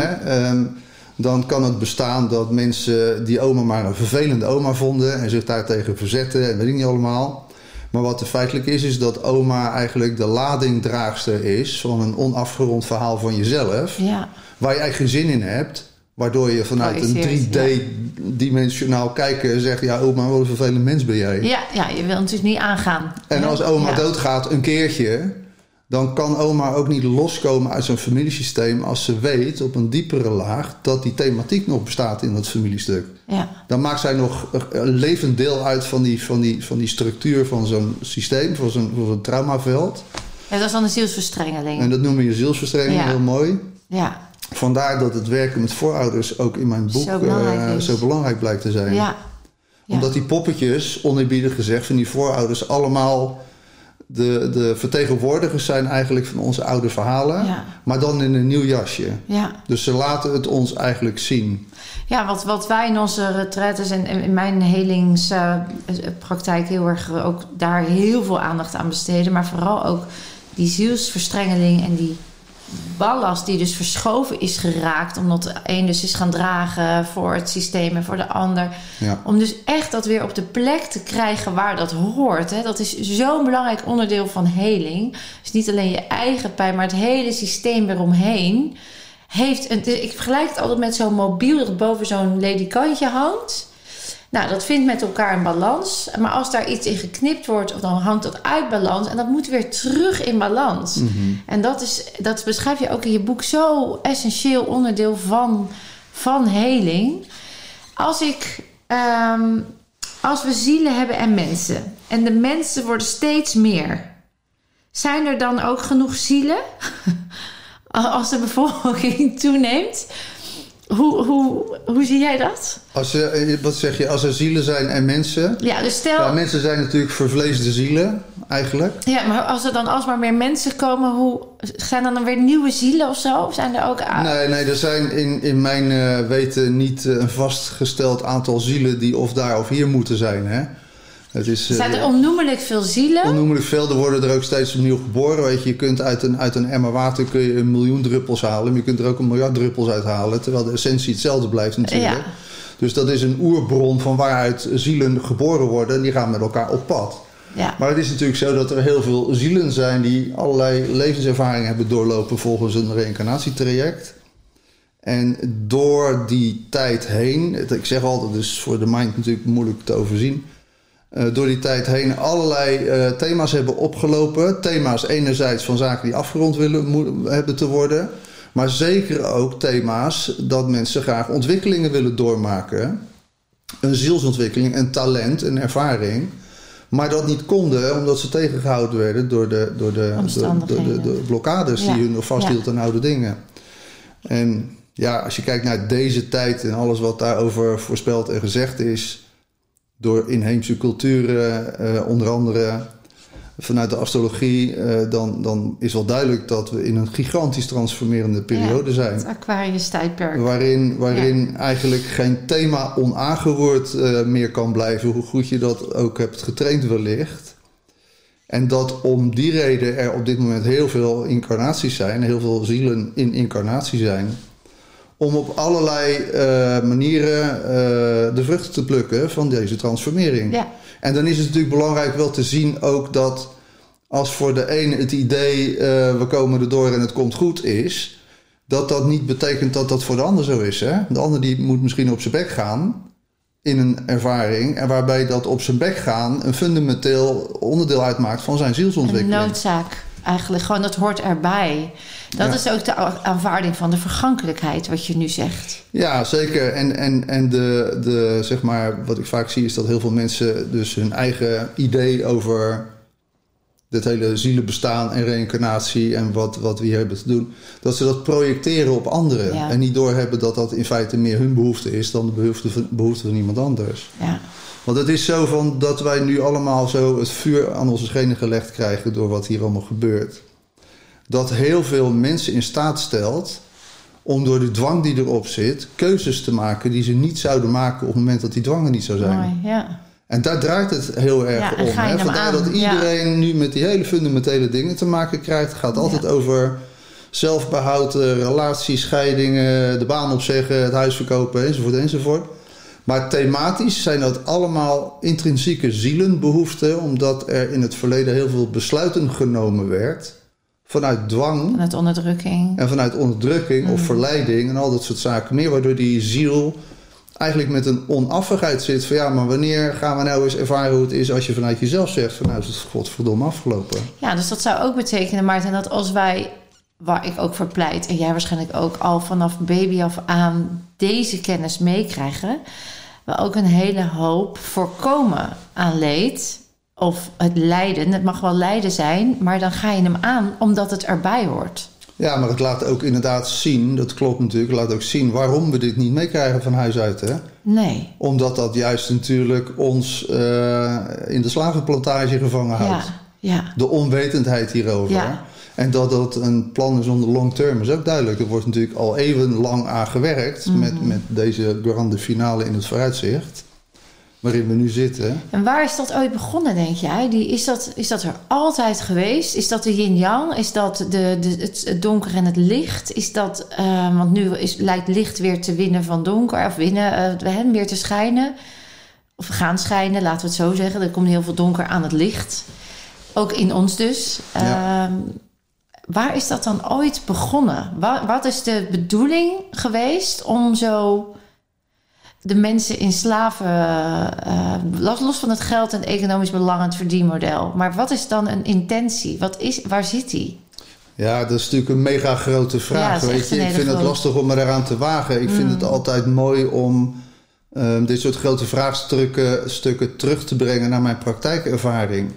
dan kan het bestaan dat mensen die oma maar een vervelende oma vonden en zich daartegen verzetten en weet ik niet allemaal. Maar wat er feitelijk is dat oma eigenlijk de ladingdraagster is van een onafgerond verhaal van jezelf. Ja. Waar je eigenlijk geen zin in hebt. Waardoor je vanuit een 3D-dimensionaal kijken zegt, oma, wat een vervelend mens ben jij. Ja, je wil natuurlijk niet aangaan. En als oma doodgaat een keertje, dan kan oma ook niet loskomen uit zo'n familiesysteem als ze weet op een diepere laag dat die thematiek nog bestaat in dat familiestuk. Ja. Dan maakt zij nog een levend deel uit van die structuur van zo'n systeem, van zo'n traumaveld. Ja, dat is dan een zielsverstrengeling. En dat noemen je zielsverstrengeling, heel mooi. Ja. Vandaar dat het werken met voorouders ook in mijn boek zo belangrijk blijkt te zijn. Ja. Omdat die poppetjes, oneerbiedig gezegd, van die voorouders allemaal de vertegenwoordigers zijn eigenlijk van onze oude verhalen. Ja. Maar dan in een nieuw jasje. Ja. Dus ze laten het ons eigenlijk zien. Ja, wat wij in onze retraites en in mijn helingspraktijk heel erg ook daar heel veel aandacht aan besteden. Maar vooral ook die zielsverstrengeling en die ballast die dus verschoven is geraakt, omdat de een dus is gaan dragen voor het systeem en voor de ander. Ja. Om dus echt dat weer op de plek te krijgen waar dat hoort. Hè. Dat is zo'n belangrijk onderdeel van heling. Dus niet alleen je eigen pijn, maar het hele systeem eromheen heeft ik vergelijk het altijd met zo'n mobiel dat boven zo'n ledikantje hangt. Nou, dat vindt met elkaar een balans. Maar als daar iets in geknipt wordt, dan hangt dat uit balans. En dat moet weer terug in balans. Mm-hmm. En dat beschrijf je ook in je boek, zo essentieel onderdeel van heling. Als we zielen hebben en mensen, en de mensen worden steeds meer, zijn er dan ook genoeg zielen? Als de bevolking toeneemt? Hoe zie jij dat? Wat zeg je? Als er zielen zijn en mensen? Ja, dus stel... Ja, mensen zijn natuurlijk vervleesde zielen, eigenlijk. Ja, maar als er dan alsmaar meer mensen komen... zijn er dan weer nieuwe zielen of zo? Of zijn er ook... Nee, er zijn in mijn weten niet een vastgesteld aantal zielen... die of daar of hier moeten zijn, hè? Zijn er onnoemelijk veel zielen? Onnoemelijk veel. Er worden er ook steeds opnieuw geboren. Weet je kunt uit een emmer water kun je 1 miljoen druppels halen. Maar je kunt er ook 1 miljard druppels uithalen. Terwijl de essentie hetzelfde blijft natuurlijk. Ja. Dus dat is een oerbron van waaruit zielen geboren worden. En die gaan met elkaar op pad. Ja. Maar het is natuurlijk zo dat er heel veel zielen zijn... die allerlei levenservaringen hebben doorlopen volgens een reïncarnatietraject. En door die tijd heen... Ik zeg altijd, het is voor de mind natuurlijk moeilijk te overzien... door die tijd heen allerlei thema's hebben opgelopen. Thema's enerzijds van zaken die afgerond hebben te worden. Maar zeker ook thema's dat mensen graag ontwikkelingen willen doormaken. Een zielsontwikkeling, een talent, een ervaring. Maar dat niet konden omdat ze tegengehouden werden door de blokkades die hun vasthield aan oude dingen. En ja, als je kijkt naar deze tijd en alles wat daarover voorspeld en gezegd is... door inheemse culturen, onder andere vanuit de astrologie... dan is wel duidelijk dat we in een gigantisch transformerende periode zijn. Het Aquarius-tijdperk. Waarin eigenlijk geen thema onaangeroerd meer kan blijven... hoe goed je dat ook hebt getraind wellicht. En dat om die reden er op dit moment heel veel incarnaties zijn... heel veel zielen in incarnatie zijn... om op allerlei manieren de vruchten te plukken van deze transformering. Ja. En dan is het natuurlijk belangrijk wel te zien ook dat... als voor de een het idee we komen erdoor en het komt goed is... dat niet betekent dat dat voor de ander zo is. Hè? De ander die moet misschien op zijn bek gaan in een ervaring... en waarbij dat op zijn bek gaan een fundamenteel onderdeel uitmaakt van zijn zielsontwikkeling. Een noodzaak. Eigenlijk gewoon, dat hoort erbij. Dat is ook de aanvaarding van de vergankelijkheid, wat je nu zegt. Ja, zeker. En de zeg maar, wat ik vaak zie is dat heel veel mensen dus hun eigen idee over dit hele zielenbestaan en reïncarnatie en wat we hier hebben te doen, dat ze dat projecteren op anderen. Ja. En niet doorhebben dat dat in feite meer hun behoefte is dan de behoefte van iemand anders. Ja. Want het is zo van dat wij nu allemaal zo het vuur aan onze schenen gelegd krijgen door wat hier allemaal gebeurt. Dat heel veel mensen in staat stelt om door de dwang die erop zit keuzes te maken die ze niet zouden maken op het moment dat die dwang er niet zou zijn. Mooi, ja. En daar draait het heel erg om. Hè? Vandaar dat iedereen nu met die hele fundamentele dingen te maken krijgt. Het gaat altijd over zelfbehoud, relaties, scheidingen, de baan opzeggen, het huis verkopen enzovoort enzovoort. Maar thematisch zijn dat allemaal intrinsieke zielenbehoeften, omdat er in het verleden heel veel besluiten genomen werd vanuit dwang. Vanuit onderdrukking. En vanuit onderdrukking of verleiding en al dat soort zaken meer, waardoor die ziel eigenlijk met een onafwigheid zit van ja, maar wanneer gaan we nou eens ervaren hoe het is als je vanuit jezelf zegt van nou is het godverdomme afgelopen. Ja, dus dat zou ook betekenen, Maarten, dat als wij, waar ik ook voor pleit en jij waarschijnlijk ook al vanaf baby af aan deze kennis meekrijgen, we ook een hele hoop voorkomen aan leed of het lijden. Het mag wel lijden zijn, maar dan ga je hem aan omdat het erbij hoort. Ja, maar het laat ook inderdaad zien, dat klopt natuurlijk, het laat ook zien waarom we dit niet meekrijgen van huis uit. Hè? Nee. Omdat dat juist natuurlijk ons in de slavenplantage gevangen houdt. Ja, ja. De onwetendheid hierover. Ja. En dat dat een plan is on the long term is ook duidelijk. Er wordt natuurlijk al eeuwenlang aan gewerkt met deze grande finale in het vooruitzicht. Waarin we nu zitten. En waar is dat ooit begonnen, denk jij? Is dat er altijd geweest? Is dat de yin-yang? Is dat het donker en het licht? Is dat, want nu lijkt licht weer te winnen van donker. Of weer te schijnen. Of gaan schijnen, laten we het zo zeggen. Er komt heel veel donker aan het licht. Ook in ons dus. Ja. Waar is dat dan ooit begonnen? Wat is de bedoeling geweest om zo de mensen in slaven, los van het geld en economisch belang en het verdienmodel. Maar wat is dan een intentie? Waar zit die? Ja, dat is natuurlijk een mega grote vraag. Weet je? Ik vind het lastig om me daaraan te wagen. Ik vind het altijd mooi om dit soort grote vraagstukken terug te brengen naar mijn praktijkervaring.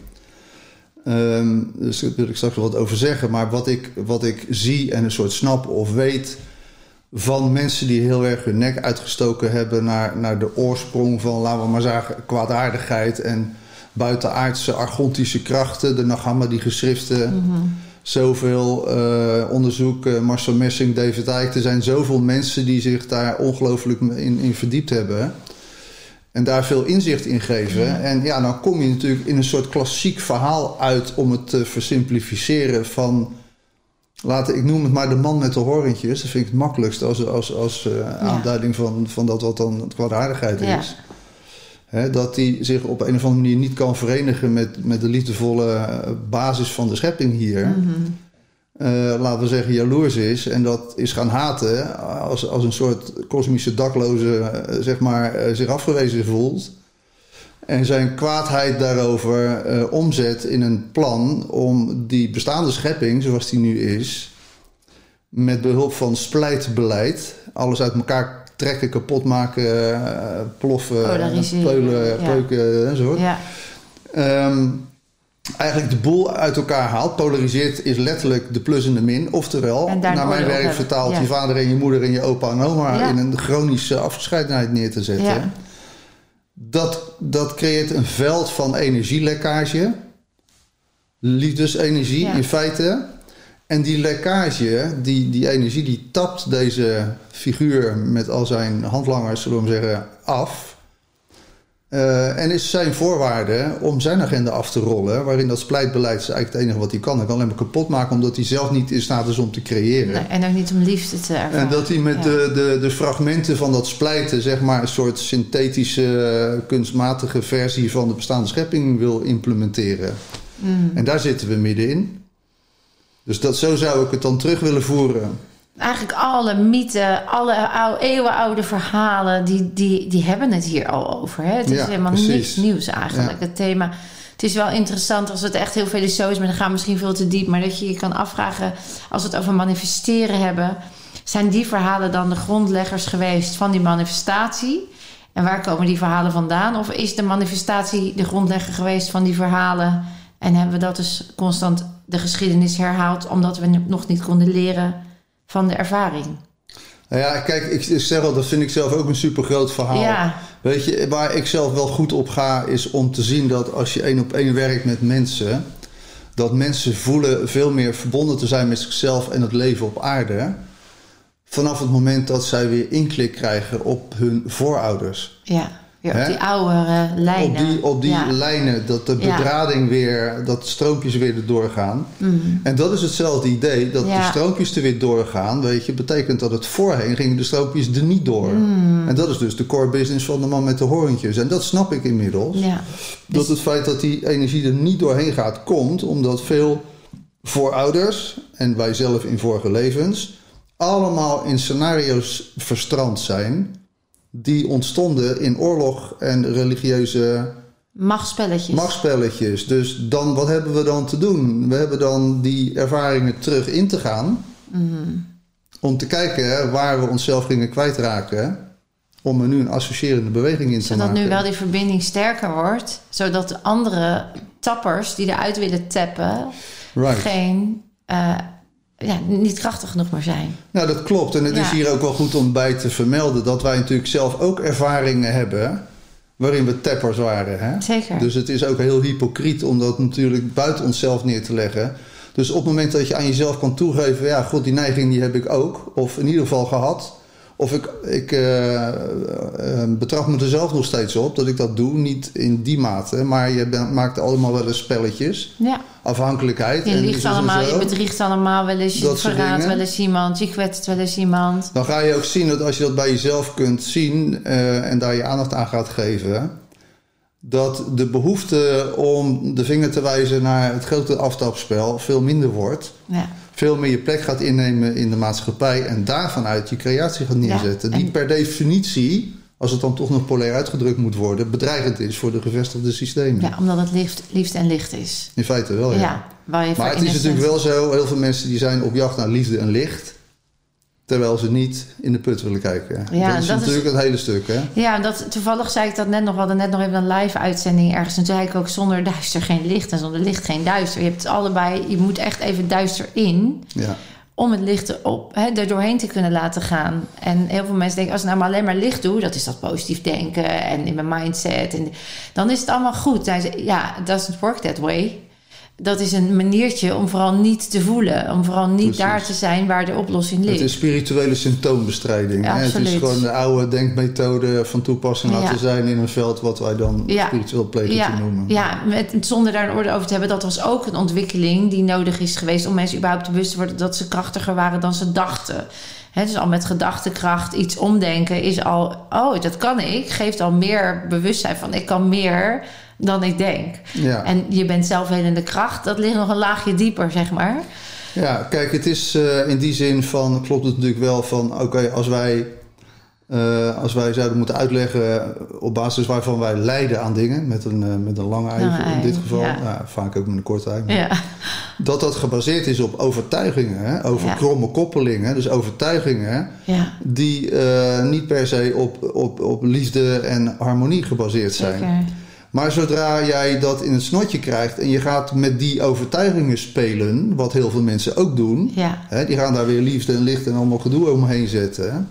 Dus daar wil ik straks wel wat over zeggen. Maar wat ik zie en een soort snap of weet van mensen die heel erg hun nek uitgestoken hebben naar de oorsprong van, laten we maar zeggen, kwaadaardigheid en buitenaardse argontische krachten, de Nag Hammadi-geschriften. Zoveel onderzoek, Marcel Messing, David Icke. Er zijn zoveel mensen die zich daar ongelooflijk in verdiept hebben. En daar veel inzicht in geven. Ja. En ja, dan kom je natuurlijk in een soort klassiek verhaal uit om het te versimplificeren van, ik noem het maar de man met de horentjes. Dat vind ik het makkelijkst als aanduiding van dat wat dan kwaadaardigheid is. He, dat die zich op een of andere manier niet kan verenigen met de liefdevolle basis van de schepping hier. Laten we zeggen jaloers is. En dat is gaan haten als een soort kosmische dakloze zeg maar, zich afgewezen voelt. En zijn kwaadheid daarover omzet in een plan om die bestaande schepping, zoals die nu is, met behulp van splijtbeleid, alles uit elkaar trekken, kapot maken, ploffen, peuken enzovoort. Ja. Eigenlijk de boel uit elkaar haalt. Polariseert is letterlijk de plus en de min. Oftewel, naar mijn werk vertaalt je vader en je moeder en je opa en oma in een chronische afgescheidenheid neer te zetten. Ja. Dat creëert een veld van energielekkage. Liefdesenergie in feite. En die lekkage, die energie, die tapt deze figuur met al zijn handlangers, zullen we maar zeggen, af. En is zijn voorwaarde om zijn agenda af te rollen, waarin dat splijtbeleid is eigenlijk het enige wat hij kan. Hij kan alleen maar kapot maken, omdat hij zelf niet in staat is om te creëren. Nee, en ook niet om liefde te ervaren. En dat hij met de fragmenten van dat splijten, zeg maar, een soort synthetische, kunstmatige versie van de bestaande schepping wil implementeren. En daar zitten we middenin. Dus zo zou ik het dan terug willen voeren. Eigenlijk alle mythen, alle eeuwenoude verhalen, die hebben het hier al over. Hè? Het is helemaal niks nieuws eigenlijk, het thema. Het is wel interessant als het echt heel filosofisch is, maar dan gaan we misschien veel te diep. Maar dat je kan afvragen, als we het over manifesteren hebben, zijn die verhalen dan de grondleggers geweest van die manifestatie? En waar komen die verhalen vandaan? Of is de manifestatie de grondlegger geweest van die verhalen? En hebben we dat dus constant de geschiedenis herhaald, omdat we nog niet konden leren van de ervaring? Nou ja, kijk, ik zeg al, dat vind ik zelf ook een supergroot verhaal. Ja. Weet je, waar ik zelf wel goed op ga, is om te zien dat als je 1-op-1 werkt met mensen, dat mensen voelen veel meer verbonden te zijn met zichzelf en het leven op aarde, vanaf het moment dat zij weer inklik krijgen op hun voorouders. Ja. Ja, op die oude lijnen. Op die lijnen, dat de bedrading weer, dat de stroompjes weer erdoor gaan. En dat is hetzelfde idee, dat de stroompjes er weer doorgaan, weet je, betekent dat het voorheen gingen de stroompjes er niet door. En dat is dus de core business van de man met de horentjes. En dat snap ik inmiddels. Ja. Dat het feit dat die energie er niet doorheen gaat, komt omdat veel voorouders, en wij zelf in vorige levens, allemaal in scenario's verstrand zijn die ontstonden in oorlog en religieuze machtspelletjes. Dus dan, wat hebben we dan te doen? We hebben dan die ervaringen terug in te gaan. Om te kijken waar we onszelf gingen kwijtraken. Om er nu een associërende beweging in te maken. Zodat nu wel die verbinding sterker wordt. Zodat de andere tappers die eruit willen tappen niet krachtig genoeg meer zijn. Nou, dat klopt. En het is hier ook wel goed om bij te vermelden dat wij natuurlijk zelf ook ervaringen hebben waarin we tappers waren. Hè? Zeker. Dus het is ook heel hypocriet om dat natuurlijk buiten onszelf neer te leggen. Dus op het moment dat je aan jezelf kan toegeven, ja, god, die neiging die heb ik ook. Of in ieder geval gehad. Of ik betrap me er zelf nog steeds op dat ik dat doe. Niet in die mate, maar je maakt allemaal wel eens spelletjes. Ja. Afhankelijkheid. Je liegt allemaal, je bedriegt allemaal wel eens. Je verraadt wel eens iemand. Je kwetst wel eens iemand. Dan ga je ook zien dat als je dat bij jezelf kunt zien en daar je aandacht aan gaat geven, dat de behoefte om de vinger te wijzen naar het grote aftapspel veel minder wordt. Ja. Veel meer je plek gaat innemen in de maatschappij en daarvanuit je creatie gaat neerzetten. Ja, die per definitie, als het dan toch nog polair uitgedrukt moet worden, bedreigend is voor de gevestigde systemen. Ja, omdat het liefde en licht is. In feite wel, ja. Maar het is natuurlijk wel zo, heel veel mensen die zijn op jacht naar liefde en licht, terwijl ze niet in de put willen kijken. Ja, dat is natuurlijk het hele stuk, hè? Ja, toevallig zei ik dat net nog. We hadden net nog even een live-uitzending ergens. En toen zei ik ook, zonder duister geen licht en zonder licht geen duister. Je hebt het allebei, je moet echt even duister in. Ja. om het licht er doorheen te kunnen laten gaan. En heel veel mensen denken, als ik nou maar alleen maar licht doe, dat is dat positief denken en in mijn mindset. En dan is het allemaal goed. It doesn't work that way. Dat is een maniertje om vooral niet te voelen. Om vooral niet Precies. daar te zijn waar de oplossing ligt. Het is spirituele symptoombestrijding. Ja, het is gewoon de oude denkmethode van toepassing laten zijn in een veld wat wij dan spiritueel plegen te noemen. Ja, zonder daar een orde over te hebben. Dat was ook een ontwikkeling die nodig is geweest om mensen überhaupt bewust te worden dat ze krachtiger waren dan ze dachten. Dus al met gedachtekracht iets omdenken is al, dat kan ik. Geeft al meer bewustzijn van ik kan meer dan ik denk. Ja. En je bent zelfhelende kracht. Dat ligt nog een laagje dieper, zeg maar. Ja, kijk, het is in die zin van... klopt het natuurlijk wel van... oké, als wij zouden moeten uitleggen... op basis waarvan wij lijden aan dingen... met een lange ei in dit geval... vaak ook met een korte ei... Ja. dat gebaseerd is op overtuigingen... Hè, over kromme koppelingen... dus overtuigingen... die niet per se op liefde en harmonie gebaseerd zijn... Zeker. Maar zodra jij dat in het snotje krijgt... en je gaat met die overtuigingen spelen... wat heel veel mensen ook doen... Hè, die gaan daar weer liefde en licht en allemaal gedoe omheen zetten...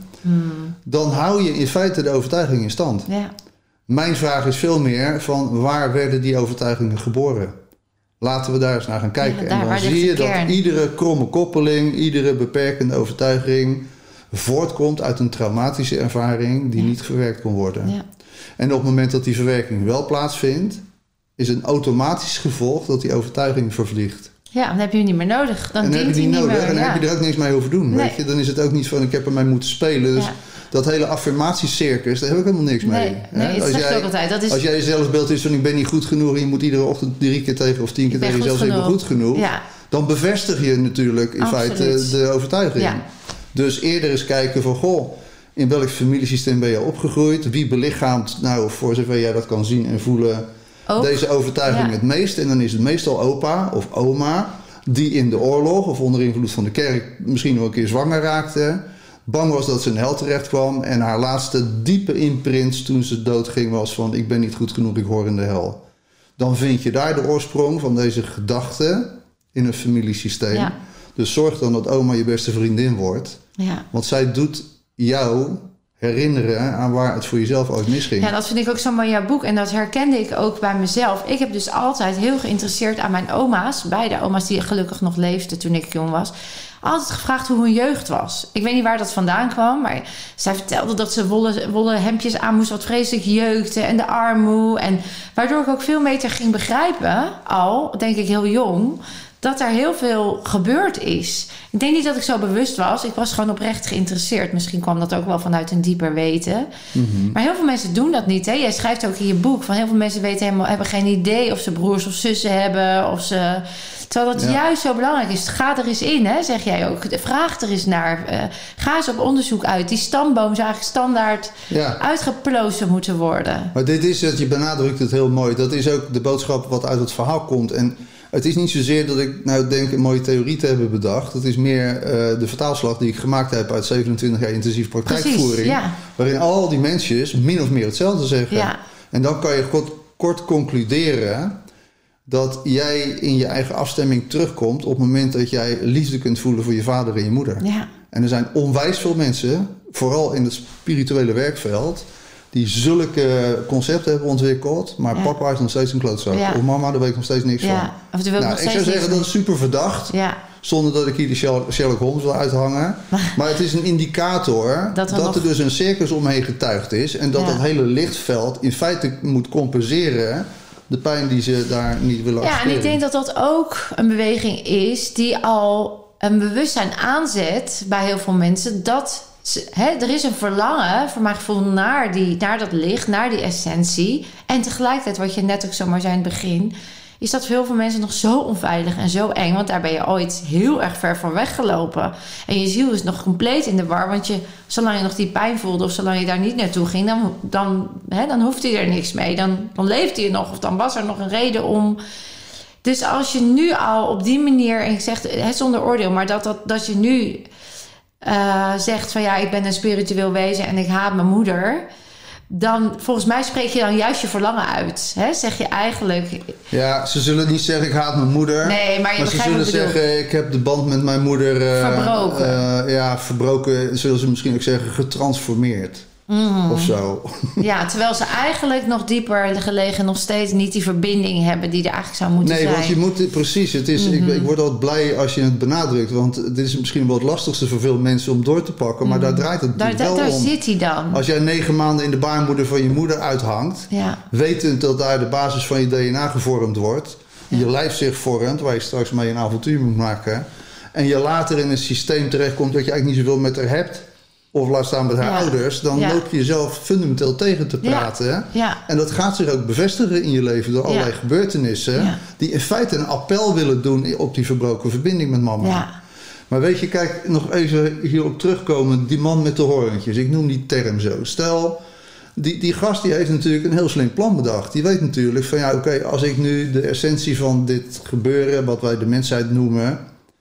dan hou je in feite de overtuiging in stand. Ja. Mijn vraag is veel meer van... waar werden die overtuigingen geboren? Laten we daar eens naar gaan kijken. En dan zie je dat iedere kromme koppeling... iedere beperkende overtuiging... voortkomt uit een traumatische ervaring... die niet verwerkt kon worden. Ja. En op het moment dat die verwerking wel plaatsvindt... is een automatisch gevolg dat die overtuiging vervliegt. Ja, dan heb je hem niet meer nodig. Dan heb je die niet nodig. En dan heb je er ook niks mee hoeven doen. Nee. Weet je? Dan is het ook niet van ik heb ermee moeten spelen. Dus dat hele affirmatiecircus, daar heb ik helemaal niks mee. Nee, dat zeg ik ook altijd. Dat is... Als jij je zelfbeeld is van ik ben niet goed genoeg... en je moet iedere ochtend 3 keer tegen of 10 keer tegen jezelf zeggen... ik ben goed genoeg. Ja. Dan bevestig je natuurlijk in feite de overtuiging. Ja. Dus eerder eens kijken van... goh, in welk familiesysteem ben je opgegroeid? Wie belichaamt, nou, voor zover jij dat kan zien en voelen... ook deze overtuiging het meest? En dan is het meestal opa of oma... die in de oorlog of onder invloed van de kerk... misschien wel een keer zwanger raakte... bang was dat ze in hel terecht kwam... en haar laatste diepe imprint toen ze doodging was van... ik ben niet goed genoeg, ik hoor in de hel. Dan vind je daar de oorsprong van deze gedachte... in een familiesysteem. Ja. Dus zorg dan dat oma je beste vriendin wordt. Ja. Want zij doet... jou herinneren aan waar het voor jezelf ooit misging. Ja, dat vind ik ook zo mooi in jouw boek. En dat herkende ik ook bij mezelf. Ik heb dus altijd heel geïnteresseerd aan mijn oma's. Beide oma's die gelukkig nog leefden toen ik jong was. Altijd gevraagd hoe hun jeugd was. Ik weet niet waar dat vandaan kwam. Maar zij vertelde dat ze wollen hemdjes aan moest. Wat vreselijk jeukte. En de armoe. En waardoor ik ook veel beter ging begrijpen. Al, denk ik heel jong... dat er heel veel gebeurd is. Ik denk niet dat ik zo bewust was. Ik was gewoon oprecht geïnteresseerd. Misschien kwam dat ook wel vanuit een dieper weten. Mm-hmm. Maar heel veel mensen doen dat niet. Hè? Jij schrijft ook in je boek... van heel veel mensen hebben geen idee... of ze broers of zussen hebben. Of ze... Terwijl dat juist zo belangrijk is. Ga er eens in, hè, zeg jij ook. Vraag er eens naar. Ga eens op onderzoek uit. Die stamboom zou eigenlijk standaard uitgeplozen moeten worden. Maar dit is het, je benadrukt het heel mooi. Dat is ook de boodschap wat uit het verhaal komt. En het is niet zozeer dat ik nou denk een mooie theorie te hebben bedacht. Het is meer de vertaalslag die ik gemaakt heb uit 27 jaar intensief praktijkvoering. Precies, waarin al die mensjes min of meer hetzelfde zeggen. Ja. En dan kan je kort concluderen dat jij in je eigen afstemming terugkomt op het moment dat jij liefde kunt voelen voor je vader en je moeder. Ja. En er zijn onwijs veel mensen, vooral in het spirituele werkveld, die zulke concepten hebben ontwikkeld, maar papa is nog steeds een klootzak. Ja. Of mama, daar weet ik nog steeds niks van. Of nog ik zou zeggen dat is super verdacht. Ja. Zonder dat ik hier de Sherlock Holmes wil uithangen. Maar het is een indicator dat er dus een circus omheen getuigd is. En dat dat hele lichtveld in feite moet compenseren de pijn die ze daar niet willen afspelen. Ja, en ik denk dat dat ook een beweging is die al een bewustzijn aanzet bij heel veel mensen. Dat er is een verlangen, voor mijn gevoel, naar dat licht, naar die essentie. En tegelijkertijd, wat je net ook zomaar zei in het begin, is dat voor heel veel mensen nog zo onveilig en zo eng. Want daar ben je ooit heel erg ver van weggelopen. En je ziel is nog compleet in de war. Want zolang je nog die pijn voelde of zolang je daar niet naartoe ging, dan hoefde je er niks mee. Dan leefde je nog of dan was er nog een reden om. Dus als je nu al op die manier, en ik zeg zonder oordeel, maar dat je nu zegt van ik ben een spiritueel wezen en ik haat mijn moeder. dan volgens mij spreek je dan juist je verlangen uit. Hè? Zeg je eigenlijk... Ja, ze zullen niet zeggen ik haat mijn moeder. Nee, maar je ze zullen zeggen ik heb de band met mijn moeder... verbroken. Verbroken, zullen ze misschien ook zeggen getransformeerd. Of zo. Ja, terwijl ze eigenlijk nog dieper gelegen nog steeds niet die verbinding hebben die er eigenlijk zou moeten zijn. Nee, want je moet... Precies, het is, ik word altijd blij als je het benadrukt. Want dit is misschien wel het lastigste voor veel mensen om door te pakken. Maar daar draait het natuurlijk wel om. Daar zit hij dan. Als jij 9 maanden in de baarmoeder van je moeder uithangt... wetend dat daar de basis van je DNA gevormd wordt... je lijf zich vormt, waar je straks mee een avontuur moet maken... en je later in een systeem terechtkomt dat je eigenlijk niet zoveel met haar hebt... of laat staan met haar ouders... dan loop je jezelf fundamenteel tegen te praten. Ja. Ja. En dat gaat zich ook bevestigen in je leven... door allerlei gebeurtenissen... die in feite een appel willen doen... op die verbroken verbinding met mama. Ja. Maar weet je, kijk, nog even hierop terugkomen... die man met de hoorntjes, ik noem die term zo. Stel, die gast die heeft natuurlijk een heel slim plan bedacht. Die weet natuurlijk van oké, als ik nu de essentie van dit gebeuren... wat wij de mensheid noemen...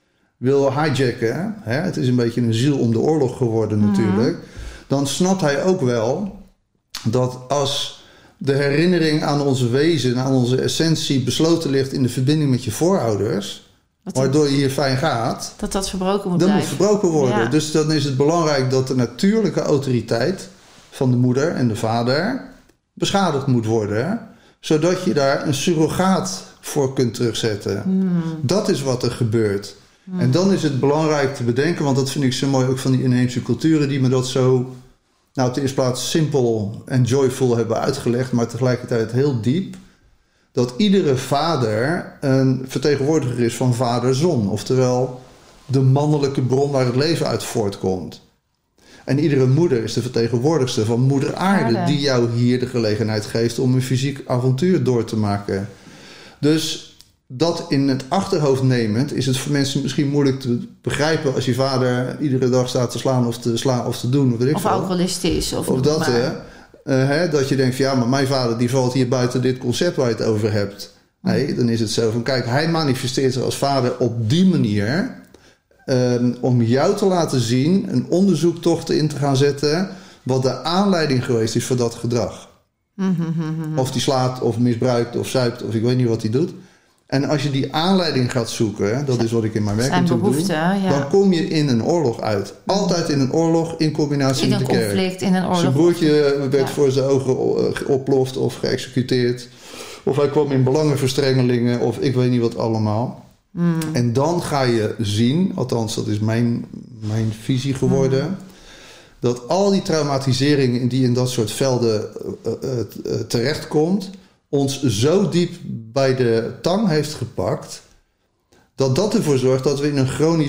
wil hijacken, hè? Het is een beetje een ziel om de oorlog geworden natuurlijk... dan snapt hij ook wel dat als de herinnering aan ons wezen... aan onze essentie besloten ligt in de verbinding met je voorouders... waardoor je hier fijn gaat... Dat verbroken moet blijven. blijven. Moet verbroken worden. Ja. Dus dan is het belangrijk dat de natuurlijke autoriteit... van de moeder en de vader beschadigd moet worden... zodat je daar een surrogaat voor kunt terugzetten. Dat is wat er gebeurt... En dan is het belangrijk te bedenken... want dat vind ik zo mooi ook van die inheemse culturen... die me dat zo op de eerste plaats simpel en joyful hebben uitgelegd... maar tegelijkertijd heel diep... dat iedere vader een vertegenwoordiger is van vader zon. Oftewel de mannelijke bron waar het leven uit voortkomt. En iedere moeder is de vertegenwoordigster van moeder aarde... die jou hier de gelegenheid geeft om een fysiek avontuur door te maken. Dus... dat in het achterhoofd nemend is het voor mensen misschien moeilijk te begrijpen... als je vader iedere dag staat te slaan of te doen. Of alcoholist is. Of dat, dat je denkt van maar mijn vader die valt hier buiten dit concept waar je het over hebt. Nee, dan is het zo van kijk, hij manifesteert zich als vader op die manier... om jou te laten zien, een onderzoektocht in te gaan zetten... wat de aanleiding geweest is voor dat gedrag. Of die slaat of misbruikt of zuipt of ik weet niet wat hij doet... En als je die aanleiding gaat zoeken... dat is wat ik in mijn werk natuurlijk doe... dan kom je in een oorlog uit. Altijd in een oorlog in combinatie met de kerk. In een conflict, in een oorlog. Zijn broertje werd voor zijn ogen oploft of geëxecuteerd. Of hij kwam in belangenverstrengelingen... of ik weet niet wat allemaal. En dan ga je zien... althans, dat is mijn visie geworden... dat al die traumatiseringen die in dat soort velden terechtkomt... ons zo diep bij de tang heeft gepakt... dat ervoor zorgt dat we in een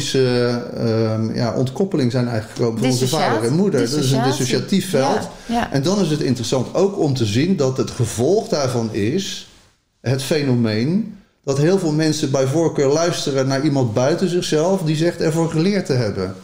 chronische ontkoppeling zijn eigenlijk gekomen... van onze vader en moeder. Dat is een dissociatief veld. Ja. En dan is het interessant ook om te zien dat het gevolg daarvan is... het fenomeen dat heel veel mensen bij voorkeur luisteren naar iemand buiten zichzelf... die zegt ervoor geleerd te hebben.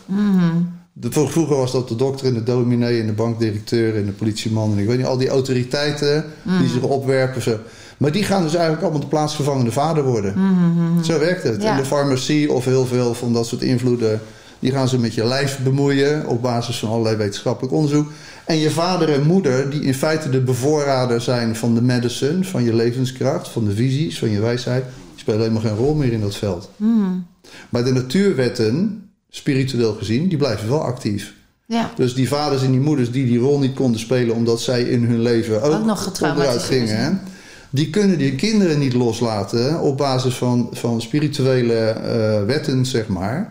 Vroeger was dat de dokter en de dominee en de bankdirecteur en de politieman... en ik weet niet, al die autoriteiten die zich opwerpen. Zo. Maar die gaan dus eigenlijk allemaal de plaatsvervangende vader worden. Zo werkt het. Ja. En de farmacie of heel veel van dat soort invloeden... die gaan ze met je lijf bemoeien op basis van allerlei wetenschappelijk onderzoek. En je vader en moeder, die in feite de bevoorrader zijn van de medicine... van je levenskracht, van de visies, van je wijsheid... die spelen helemaal geen rol meer in dat veld. Maar de natuurwetten... spiritueel gezien, die blijven wel actief. Ja. Dus die vaders en die moeders die rol niet konden spelen... omdat zij in hun leven ook nog onderuit gingen... die kunnen die kinderen niet loslaten... op basis van spirituele wetten, zeg maar...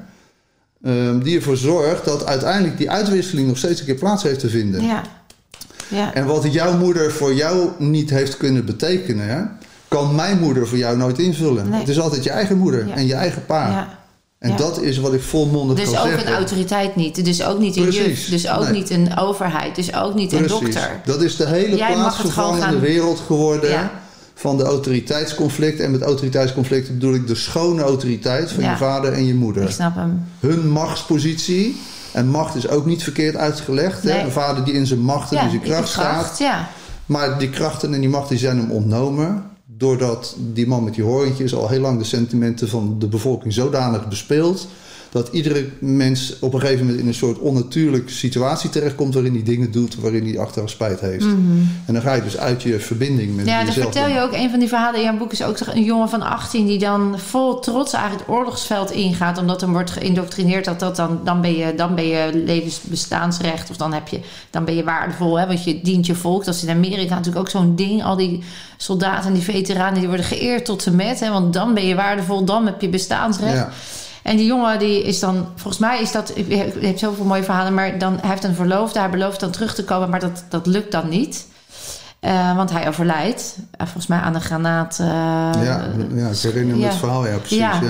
die ervoor zorgt dat uiteindelijk die uitwisseling... nog steeds een keer plaats heeft te vinden. Ja. Ja. En wat jouw moeder voor jou niet heeft kunnen betekenen... kan mijn moeder voor jou nooit invullen. Nee. Het is altijd je eigen moeder en je eigen pa. Ja. En dat is wat ik volmondig kan zeggen. Dus ook een autoriteit niet. Dus ook niet een juf. Dus ook niet een overheid. Dus ook niet een dokter. Dat is de hele plaatsvervangende wereld geworden... van de autoriteitsconflicten. En met autoriteitsconflicten bedoel ik de schone autoriteit... van je vader en je moeder. Ik snap hem. Hun machtspositie. En macht is ook niet verkeerd uitgelegd. Nee. Hè? Een vader die in zijn macht en in zijn kracht staat. Ja. Maar die krachten en die macht die zijn hem ontnomen... doordat die man met die hoorntjes al heel lang de sentimenten van de bevolking zodanig bespeelt... dat iedere mens op een gegeven moment in een soort onnatuurlijke situatie terechtkomt waarin hij dingen doet, waarin hij achteraf spijt heeft. En dan ga je dus uit je verbinding met jezelf. Ja, dan vertel je ook, een van die verhalen in jouw boek is ook een jongen van 18 die dan vol trots eigenlijk het oorlogsveld ingaat, omdat hem wordt geïndoctrineerd dat dan ben je levensbestaansrecht, of dan ben je waardevol, hè, want je dient je volk. Dat is in Amerika natuurlijk ook zo'n ding. Al die soldaten en die veteranen die worden geëerd tot en met, hè, want dan ben je waardevol, dan heb je bestaansrecht. Ja. En die jongen die is dan, volgens mij is dat, je hebt zoveel mooie verhalen, maar dan hij heeft een verloofde, hij belooft dan terug te komen, maar dat lukt dan niet. Want hij overlijdt, volgens mij aan een granaat. Ik herinner me het verhaal, ja, precies. Ja.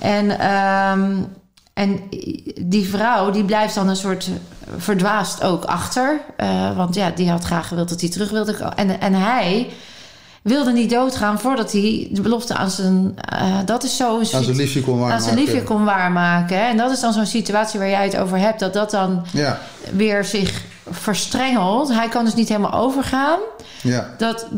En die vrouw, die blijft dan een soort verdwaasd ook achter. Want ja, die had graag gewild dat hij terug wilde komen. En hij wilde niet doodgaan voordat hij de belofte aan zijn... dat is zo... Aan zijn liefje kon waarmaken. Hè? En dat is dan zo'n situatie waar jij het over hebt. Dat dan weer zich verstrengelt. Hij kan dus niet helemaal overgaan. Ja.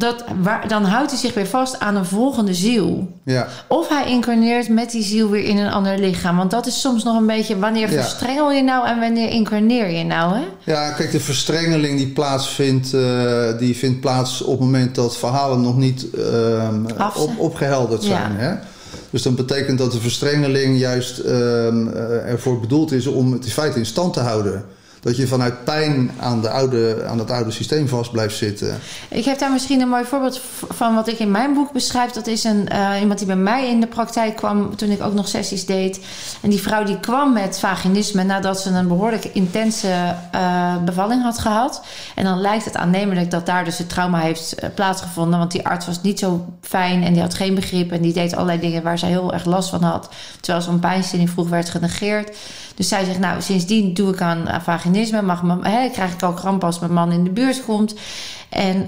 Dan houdt hij zich weer vast aan een volgende ziel. Ja. Of hij incarneert met die ziel weer in een ander lichaam. Want dat is soms nog een beetje... wanneer verstrengel je nou en wanneer incarneer je nou? Hè? Ja, kijk, de verstrengeling die plaatsvindt... die vindt plaats op het moment dat verhalen nog niet opgehelderd zijn. Ja. Hè? Dus dat betekent dat de verstrengeling juist ervoor bedoeld is... om het in feite in stand te houden. Dat je vanuit pijn aan het oude systeem vast blijft zitten. Ik heb daar misschien een mooi voorbeeld van wat ik in mijn boek beschrijf. Dat is iemand die bij mij in de praktijk kwam toen ik ook nog sessies deed. En die vrouw die kwam met vaginisme nadat ze een behoorlijk intense bevalling had gehad. En dan lijkt het aannemelijk dat daar dus het trauma heeft plaatsgevonden. Want die arts was niet zo fijn en die had geen begrip. En die deed allerlei dingen waar zij heel erg last van had. Terwijl zo'n pijnstilling vroeg werd genegeerd. Dus zij zegt, nou, sindsdien doe ik aan vaginisme. Krijg ik ook kramp als mijn man in de buurt komt. En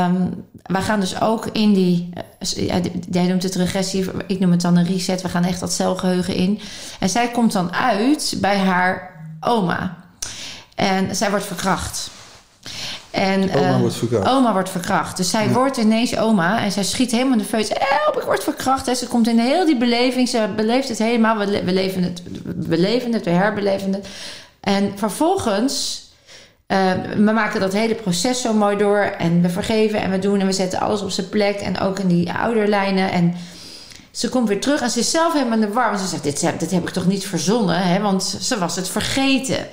wij gaan dus ook in die... jij noemt het regressie, ik noem het dan een reset. We gaan echt dat celgeheugen in. En zij komt dan uit bij haar oma. En zij wordt verkracht. En, oma wordt verkracht. Dus zij wordt ineens oma. En zij schiet helemaal in de feut. Help, ik word verkracht. En ze komt in heel die beleving. Ze beleeft het helemaal. We leven het, we herbeleven het. En vervolgens... we maken dat hele proces zo mooi door. En we vergeven en we doen. En we zetten alles op zijn plek. En ook in die ouderlijnen. En ze komt weer terug. En ze is zelf helemaal in de war. Want ze zegt, dit heb ik toch niet verzonnen. Hè? Want ze was het vergeten.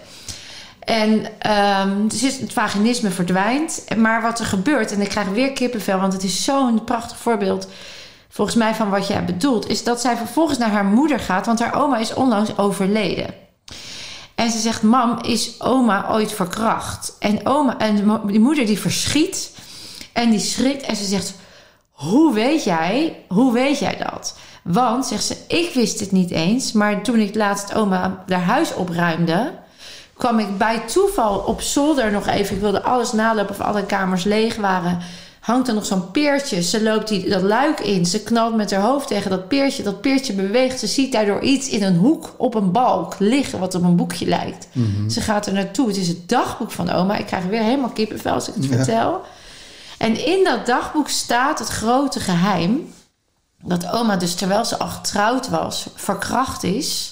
En dus het vaginisme verdwijnt. Maar wat er gebeurt, en ik krijg weer kippenvel... want het is zo'n prachtig voorbeeld... volgens mij van wat jij bedoelt... is dat zij vervolgens naar haar moeder gaat... want haar oma is onlangs overleden. En ze zegt, mam, is oma ooit verkracht? En die moeder die verschiet... en die schrikt en ze zegt... Hoe weet jij dat? Want, zegt ze, ik wist het niet eens... maar toen ik laatst oma haar huis opruimde... kwam ik bij toeval op zolder nog even... ik wilde alles nalopen of alle kamers leeg waren... hangt er nog zo'n peertje. Ze loopt dat luik in. Ze knalt met haar hoofd tegen dat peertje. Dat peertje beweegt. Ze ziet daardoor iets in een hoek op een balk liggen... wat op een boekje lijkt. Mm-hmm. Ze gaat er naartoe. Het is het dagboek van oma. Ik krijg weer helemaal kippenvel als ik het vertel. En in dat dagboek staat het grote geheim... dat oma dus terwijl ze al getrouwd was... verkracht is...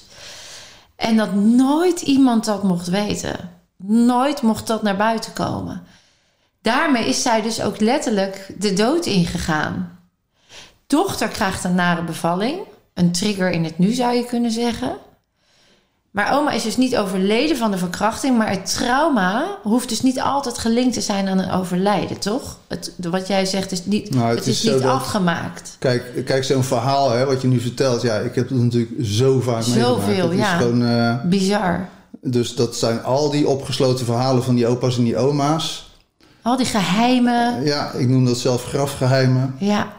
En dat nooit iemand dat mocht weten. Nooit mocht dat naar buiten komen. Daarmee is zij dus ook letterlijk de dood ingegaan. Dochter krijgt een nare bevalling. Een trigger in het nu zou je kunnen zeggen. Maar oma is dus niet overleden van de verkrachting. Maar het trauma hoeft dus niet altijd gelinkt te zijn aan een overlijden, toch? Wat jij zegt is niet, het is niet afgemaakt. Kijk, zo'n verhaal hè, wat je nu vertelt. Ja, ik heb het natuurlijk zo vaak meegemaakt. Zoveel, ja. Is gewoon, bizar. Dus dat zijn al die opgesloten verhalen van die opa's en die oma's. Al die geheimen. Ja, ik noem dat zelf grafgeheimen. Ja.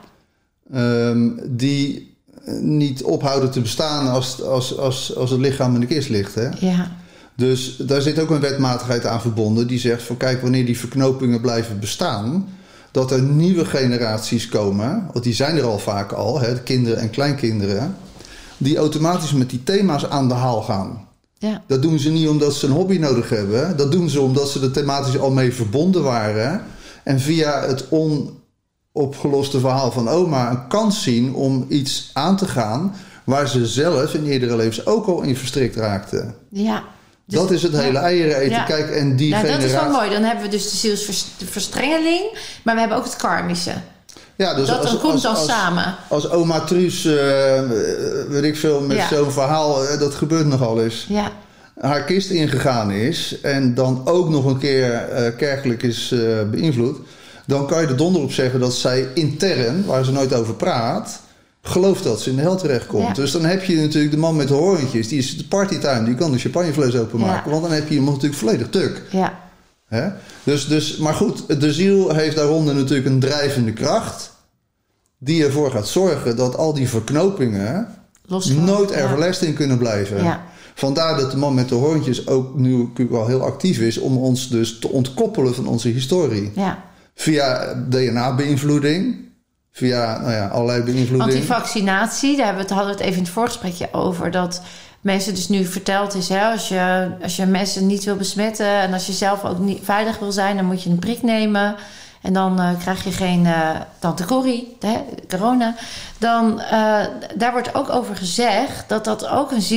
Die niet ophouden te bestaan als het lichaam in de kist ligt. Hè? Ja. Dus daar zit ook een wetmatigheid aan verbonden. Die zegt van kijk, wanneer die verknopingen blijven bestaan... dat er nieuwe generaties komen... want die zijn er al vaak al, hè, de kinderen en kleinkinderen... die automatisch met die thema's aan de haal gaan. Ja. Dat doen ze niet omdat ze een hobby nodig hebben. Dat doen ze omdat ze er thematisch al mee verbonden waren. En via het onopgeloste verhaal van oma... een kans zien om iets aan te gaan... waar ze zelf in eerdere levens ook al in verstrikt raakten. Ja. Dus, dat is het hele eieren eten. Ja. Kijk, en die dat is wel mooi. Dan hebben we dus de zielsverstrengeling, maar we hebben ook het karmische. Ja, dus dat komt dan samen. Als oma Truus, weet ik veel, met zo'n verhaal, dat gebeurt nogal eens. Ja. Haar kist ingegaan is en dan ook nog een keer kerkelijk is beïnvloed, dan kan je er donder op zeggen dat zij intern, waar ze nooit over praat, gelooft dat ze in de hel terechtkomt. Ja. Dus dan heb je natuurlijk de man met de hoorntjes, die is de partytime, die kan de champagnefles openmaken, want dan heb je hem natuurlijk volledig tuk. Ja. Hè? Dus, maar goed, de ziel heeft daaronder natuurlijk een drijvende kracht die ervoor gaat zorgen dat al die verknopingen nooit everlasting kunnen blijven. Ja. Vandaar dat de man met de hoorntjes ook nu wel heel actief is om ons dus te ontkoppelen van onze historie. Ja. Via DNA-beïnvloeding, via allerlei beïnvloeding. Want die vaccinatie, daar hadden we het even in het voorgesprekje over, dat mensen dus nu verteld is, hè, als je mensen niet wil besmetten en als je zelf ook niet veilig wil zijn, dan moet je een prik nemen. En dan krijg je geen tante Corrie, corona. Dan, daar wordt ook over gezegd dat dat ook een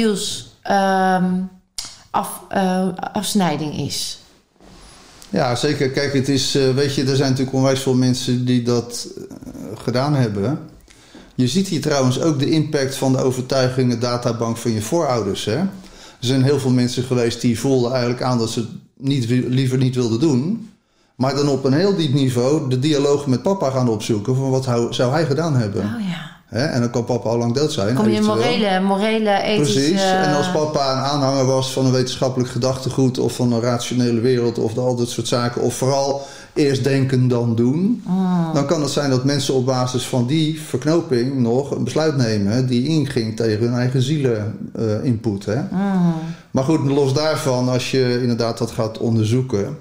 zielsafsnijding is. Ja, zeker. Kijk, het is, weet je, er zijn natuurlijk onwijs veel mensen die dat gedaan hebben. Je ziet hier trouwens ook de impact van de overtuigingen databank van je voorouders. Hè? Er zijn heel veel mensen geweest die voelden eigenlijk aan dat ze het liever niet wilden doen. Maar dan op een heel diep niveau de dialoog met papa gaan opzoeken van wat zou hij gedaan hebben. Oh ja. En dan kan papa al lang dood zijn. Kom je morele, ethische... Precies. En als papa een aanhanger was van een wetenschappelijk gedachtegoed of van een rationele wereld of al dat soort zaken, of vooral eerst denken dan doen, dan kan het zijn dat mensen op basis van die verknoping nog een besluit nemen die inging tegen hun eigen zieleninput. Maar goed, los daarvan, als je inderdaad dat gaat onderzoeken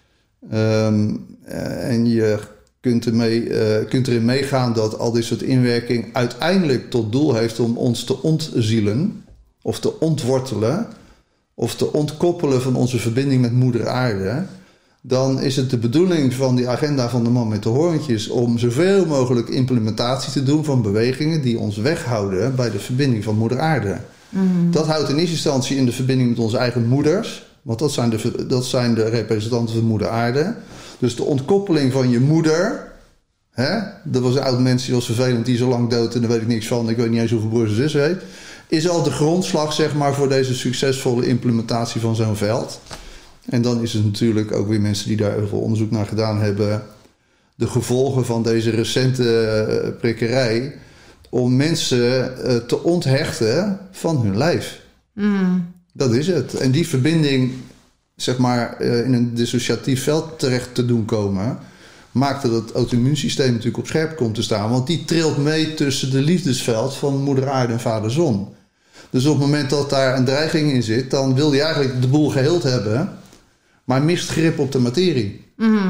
en je kunt erin meegaan dat al dit soort inwerking uiteindelijk tot doel heeft om ons te ontzielen of te ontwortelen of te ontkoppelen van onze verbinding met moeder aarde, dan is het de bedoeling van die agenda van de man met de hoorntjes om zoveel mogelijk implementatie te doen van bewegingen die ons weghouden bij de verbinding van moeder aarde. Dat houdt in eerste instantie in de verbinding met onze eigen moeders, want dat zijn de representanten van moeder aarde. Dus de ontkoppeling van je moeder. Hè? Dat was een oud mens, die was vervelend, die is al lang dood en daar weet ik niks van. Ik weet niet eens hoeveel broers en zussen heeft. Is al de grondslag, zeg maar, voor deze succesvolle implementatie van zo'n veld. En dan is het natuurlijk ook weer mensen die daar heel veel onderzoek naar gedaan hebben. De gevolgen van deze recente prikkerij. Om mensen te onthechten van hun lijf. Dat is het. En die verbinding, zeg maar, in een dissociatief veld terecht te doen komen, maakte dat het auto-immuunsysteem natuurlijk op scherp komt te staan. Want die trilt mee tussen de liefdesveld van moeder aarde en vader zon. Dus op het moment dat daar een dreiging in zit, dan wil hij eigenlijk de boel geheeld hebben, maar mist grip op de materie.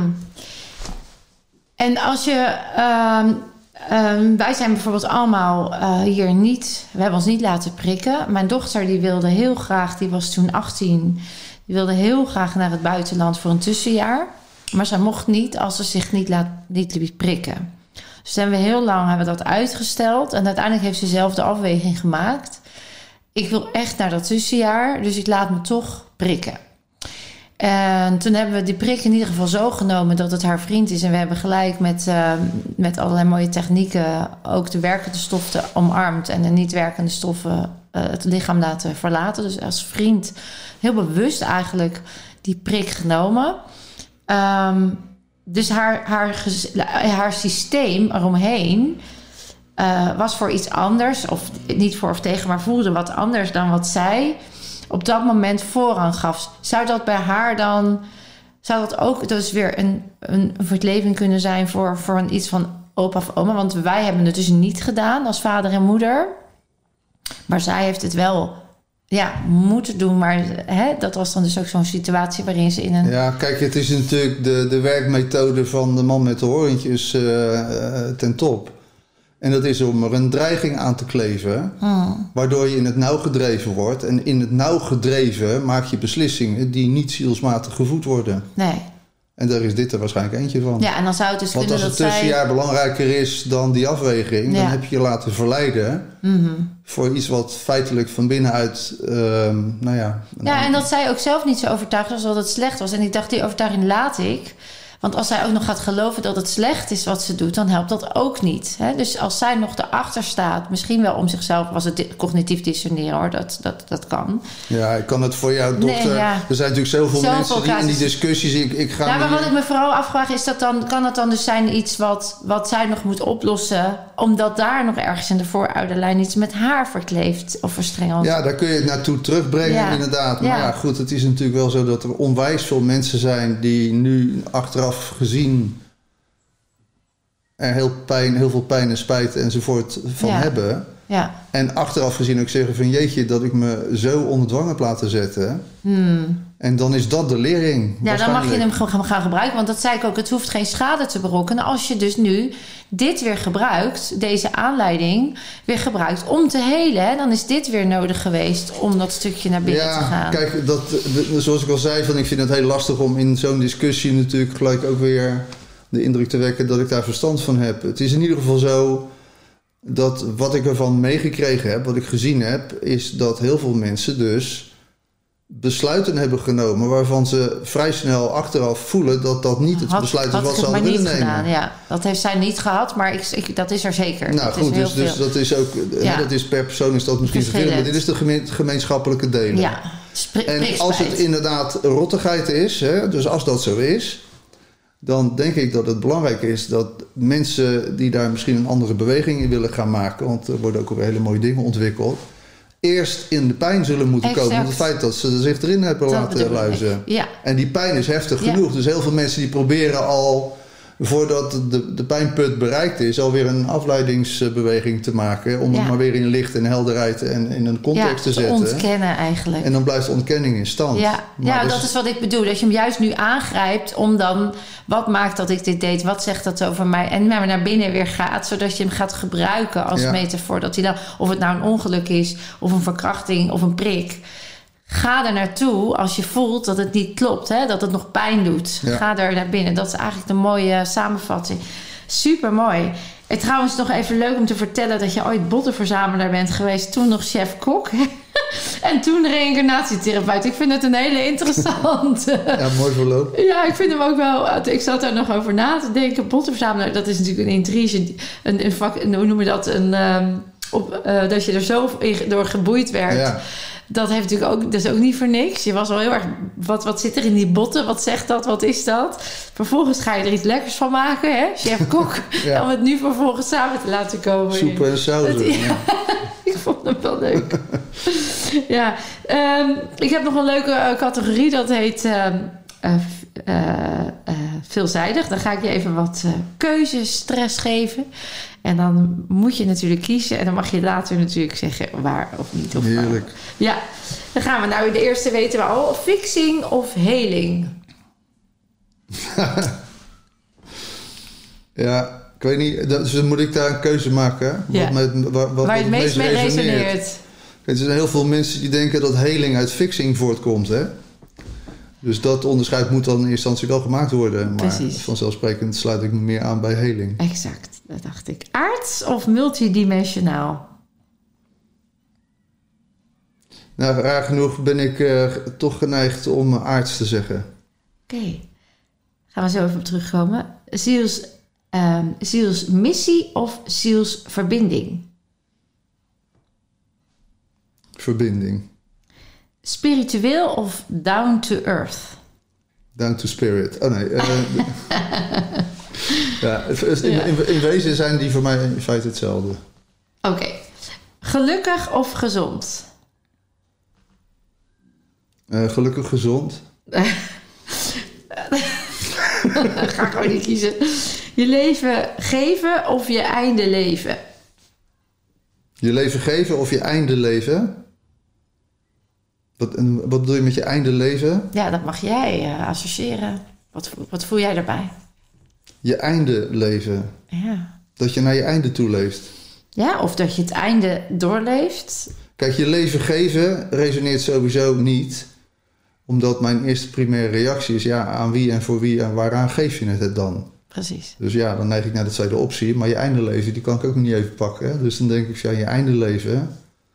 En als je... wij zijn bijvoorbeeld allemaal hier niet... We hebben ons niet laten prikken. Mijn dochter die wilde heel graag... Die was toen 18... Die wilde heel graag naar het buitenland voor een tussenjaar. Maar zij mocht niet als ze zich niet liet prikken. Dus toen hebben we heel lang dat uitgesteld. En uiteindelijk heeft ze zelf de afweging gemaakt. Ik wil echt naar dat tussenjaar. Dus ik laat me toch prikken. En toen hebben we die prik in ieder geval zo genomen dat het haar vriend is. En we hebben gelijk met allerlei mooie technieken ook de werkende stoffen omarmd en de niet werkende stoffen het lichaam laten verlaten. Dus als vriend heel bewust eigenlijk die prik genomen. Dus haar systeem eromheen was voor iets anders. Of niet voor of tegen, maar voelde wat anders dan wat zij op dat moment voorrang gaf. Zou dat bij haar dan... Zou dat ook dus weer een verleving kunnen zijn voor iets van opa of oma? Want wij hebben het dus niet gedaan als vader en moeder. Maar zij heeft het wel moeten doen. Maar dat was dan dus ook zo'n situatie waarin ze in een... Ja, kijk, het is natuurlijk de werkmethode van de man met de hoorntjes ten top. En dat is om er een dreiging aan te kleven, waardoor je in het nauw gedreven wordt. En in het nauw gedreven maak je beslissingen die niet zielsmatig gevoed worden. Nee. En daar is dit er waarschijnlijk eentje van. Ja, en dan zou het dus Want kunnen als het tussenjaar belangrijker is dan die afweging, dan heb je je laten verleiden voor iets wat feitelijk van binnenuit, Ja, en dat zij ook zelf niet zo overtuigd was dat het slecht was. En ik dacht, die overtuiging laat ik. Want als zij ook nog gaat geloven dat het slecht is wat ze doet, dan helpt dat ook niet. Hè? Dus als zij nog erachter staat, misschien wel om zichzelf, was het cognitief dissoneren hoor, dat kan. Ja, ik kan het voor jouw dochter. Ja. Er zijn natuurlijk zoveel mensen die in die discussies. Maar wat ik me vooral afvraag is kan het dan dus zijn iets wat zij nog moet oplossen, omdat daar nog ergens in de voorouderlijn iets met haar verkleefd of verstrengeld. Ja, daar kun je het naartoe terugbrengen, inderdaad. Maar ja, goed, het is natuurlijk wel zo dat er onwijs veel mensen zijn die nu achteraf gezien er heel veel pijn en spijt enzovoort van hebben. Ja. En achteraf gezien ook zeggen van jeetje, dat ik me zo onder dwang heb laten zetten. En dan is dat de lering. Ja, dan mag je hem gaan gebruiken. Want dat zei ik ook, het hoeft geen schade te berokkenen. Als je dus nu dit weer gebruikt, deze aanleiding weer gebruikt om te helen, hè, dan is dit weer nodig geweest om dat stukje naar binnen te gaan. Kijk, zoals ik al zei, ik vind het heel lastig om in zo'n discussie natuurlijk gelijk ook weer de indruk te wekken dat ik daar verstand van heb. Het is in ieder geval zo dat wat ik ervan meegekregen heb, wat ik gezien heb, is dat heel veel mensen dus besluiten hebben genomen waarvan ze vrij snel achteraf voelen dat dat niet het besluit is wat ze hadden willen nemen. Gedaan, ja. Dat heeft zij niet gehad, maar dat is er zeker. Nou goed, dus dat is ook, dat is per persoon is dat misschien verschillend, maar dit is de gemeenschappelijke delen. Ja. En als het inderdaad rottigheid is, hè, dus als dat zo is, dan denk ik dat het belangrijk is dat mensen die daar misschien een andere beweging in willen gaan maken, want er worden ook weer hele mooie dingen ontwikkeld, eerst in de pijn zullen moeten komen. Want het feit dat ze zich erin hebben laten luizen. Ja. En die pijn is heftig genoeg. Dus heel veel mensen die proberen al, voordat de pijnpunt bereikt is, alweer een afleidingsbeweging te maken. Om het maar weer in licht en helderheid en in een context te zetten. Ontkennen eigenlijk. En dan blijft de ontkenning in stand. Ja, dat is wat ik bedoel. Dat je hem juist nu aangrijpt om dan, wat maakt dat ik dit deed? Wat zegt dat over mij? En naar binnen weer gaat, zodat je hem gaat gebruiken als metafoor. Dat hij dan, of het nou een ongeluk is, of een verkrachting, of een prik. Ga er naartoe als je voelt dat het niet klopt, hè? Dat het nog pijn doet. Ja. Ga er naar binnen. Dat is eigenlijk de mooie samenvatting. Super mooi. En trouwens nog even leuk om te vertellen dat je ooit bottenverzamelaar bent geweest. Toen nog chef-kok. En toen reïncarnatietherapeut. Ik vind het een hele interessante. Ja, mooi verloop. Ja, ik vind hem ook wel. Ik zat daar nog over na te denken. Bottenverzamelaar, dat is natuurlijk een intrige. Een vak, hoe noem je dat? Dat je er zo door geboeid werd. Ja. Dat heeft natuurlijk ook, dat is ook niet voor niks. Je was al heel erg, wat zit er in die botten? Wat zegt dat? Wat is dat? Vervolgens ga je er iets lekkers van maken, hè? Chef-kok. Ja. Om het nu vervolgens samen te laten komen. Soep en saus. Ik vond het wel leuk. Ja. Ik heb nog een leuke categorie. Dat heet veelzijdig. Dan ga ik je even wat keuzestress geven. En dan moet je natuurlijk kiezen. En dan mag je later natuurlijk zeggen waar of niet. Of heerlijk. Waar. Ja, dan gaan we. Nou, de eerste weten we al. Fixing of heling? Ja, ik weet niet. Dus dan moet ik daar een keuze maken. Ja. Waar je het meest mee resoneert. Er zijn heel veel mensen die denken dat heling uit fixing voortkomt, hè? Dus dat onderscheid moet dan in eerste instantie wel gemaakt worden. Maar precies. Vanzelfsprekend sluit ik me meer aan bij heling. Exact, dat dacht ik. Aards of multidimensionaal? Nou, raar genoeg ben ik toch geneigd om aards te zeggen. Oké. Gaan we zo even op terugkomen. Zielsmissie of zielsverbinding? Verbinding. Spiritueel of down to earth? Down to spirit. Oh nee. Ja, in wezen zijn die voor mij in feite hetzelfde. Oké. Gelukkig of gezond? Gelukkig gezond. Ga ik gewoon niet kiezen. Je leven geven of je einde leven? Je leven geven of je einde leven? Wat bedoel je met je einde leven? Ja, dat mag jij associëren. Wat voel jij daarbij? Je einde leven. Ja. Dat je naar je einde toe leeft. Ja, of dat je het einde doorleeft. Kijk, je leven geven resoneert sowieso niet. Omdat mijn eerste primaire reactie is... ja, aan wie en voor wie en waaraan geef je het dan? Precies. Dus ja, dan neig ik naar de tweede optie. Maar je einde leven, die kan ik ook niet even pakken. Dus dan denk ik, ja, je einde leven...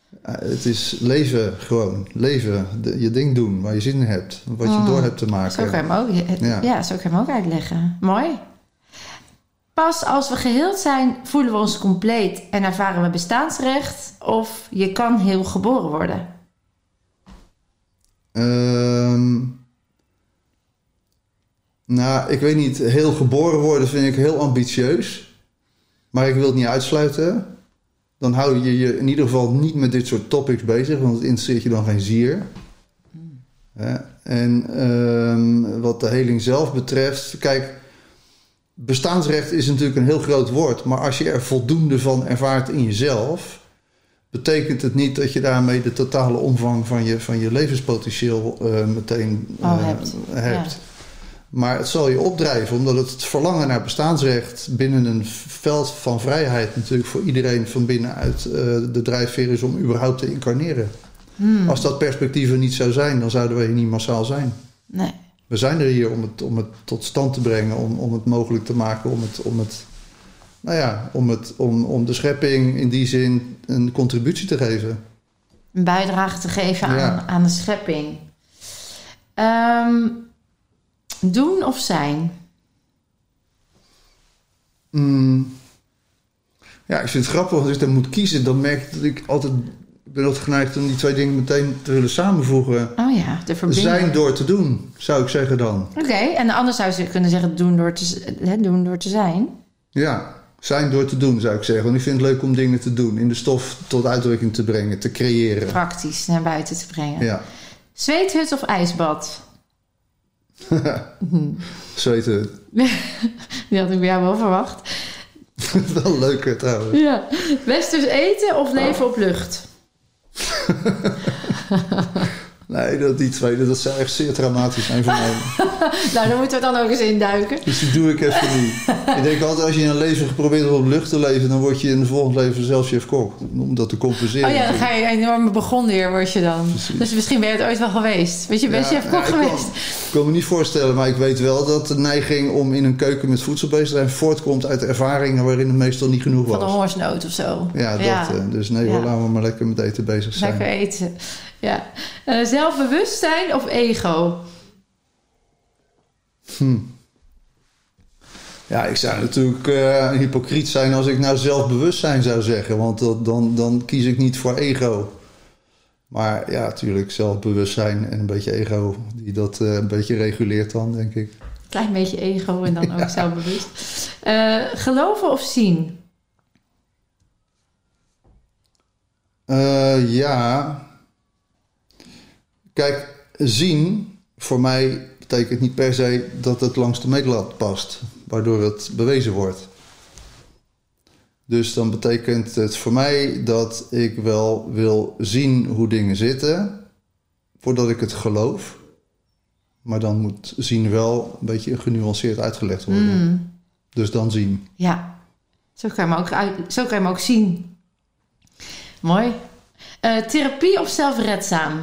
Het is leven gewoon. Leven, je ding doen waar je zin in hebt. Wat je door hebt te maken. Zo kan je hem ook, zo kan je hem ook uitleggen. Mooi. Pas als we geheeld zijn, voelen we ons compleet en ervaren we bestaansrecht. Of je kan heel geboren worden. Nou, ik weet niet. Heel geboren worden vind ik heel ambitieus. Maar ik wil het niet uitsluiten. Dan hou je je in ieder geval niet met dit soort topics bezig. Want het interesseert je dan geen zier. En wat de heling zelf betreft... Kijk, bestaansrecht is natuurlijk een heel groot woord. Maar als je er voldoende van ervaart in jezelf... betekent het niet dat je daarmee de totale omvang van je levenspotentieel meteen hebt. Ja. Maar het zal je opdrijven, omdat het verlangen naar bestaansrecht binnen een veld van vrijheid natuurlijk voor iedereen van binnenuit de drijfveer is om überhaupt te incarneren. Als dat perspectief er niet zou zijn, dan zouden we hier niet massaal zijn. Nee. We zijn er hier om het tot stand te brengen, om het mogelijk te maken, om de schepping in die zin een contributie te geven. Een bijdrage te geven aan de schepping. Doen of zijn? Ja, ik vind het grappig, want als ik dan moet kiezen, dan merk ik dat ik altijd geneigd om die twee dingen meteen te willen samenvoegen. Oh ja, de verbinding. Zijn door te doen, zou ik zeggen dan. Oké, en anders zou je kunnen zeggen doen door te zijn. Ja, zijn door te doen, zou ik zeggen. Want ik vind het leuk om dingen te doen, in de stof tot uitdrukking te brengen, te creëren. Praktisch naar buiten te brengen. Ja. Zweethut of ijsbad? Zweethut. Die had ik bij jou wel verwacht. Wel leuker trouwens. Ja. Westers eten of leven op lucht? Nee, die twee, dat zou echt zeer traumatisch zijn voor mij. Nou, daar moeten we dan ook eens induiken. Dus die doe ik even niet. Ik denk altijd, als je in een leven geprobeerd op lucht te leven... dan word je in het volgende leven zelf chef-kok. Om dat te compenseren. Oh ja, dan ga je een enorme begonnier word je dan. Precies. Dus misschien ben je het ooit wel geweest. Weet je, ben chef-kok geweest. Ik kan me niet voorstellen, maar ik weet wel dat de neiging... om in een keuken met voedsel bezig te zijn... voortkomt uit ervaringen waarin het meestal niet genoeg was. Van de hongersnood of zo. Ja, dat. Dus nee, laten we maar lekker met eten bezig zijn. Lekker eten. Ja. Zelfbewustzijn of ego? Ja, ik zou natuurlijk hypocriet zijn als ik nou zelfbewustzijn zou zeggen. Want dan kies ik niet voor ego. Maar ja, natuurlijk zelfbewustzijn en een beetje ego... die dat een beetje reguleert dan, denk ik. Klein beetje ego en dan ook zelfbewust. Geloven of zien? Ja... Kijk, zien voor mij betekent niet per se dat het langs de meetlat past, waardoor het bewezen wordt. Dus dan betekent het voor mij dat ik wel wil zien hoe dingen zitten, voordat ik het geloof. Maar dan moet zien wel een beetje genuanceerd uitgelegd worden. Dus dan zien. Ja, zo kan je hem ook zien. Mooi. Therapie of zelfredzaam?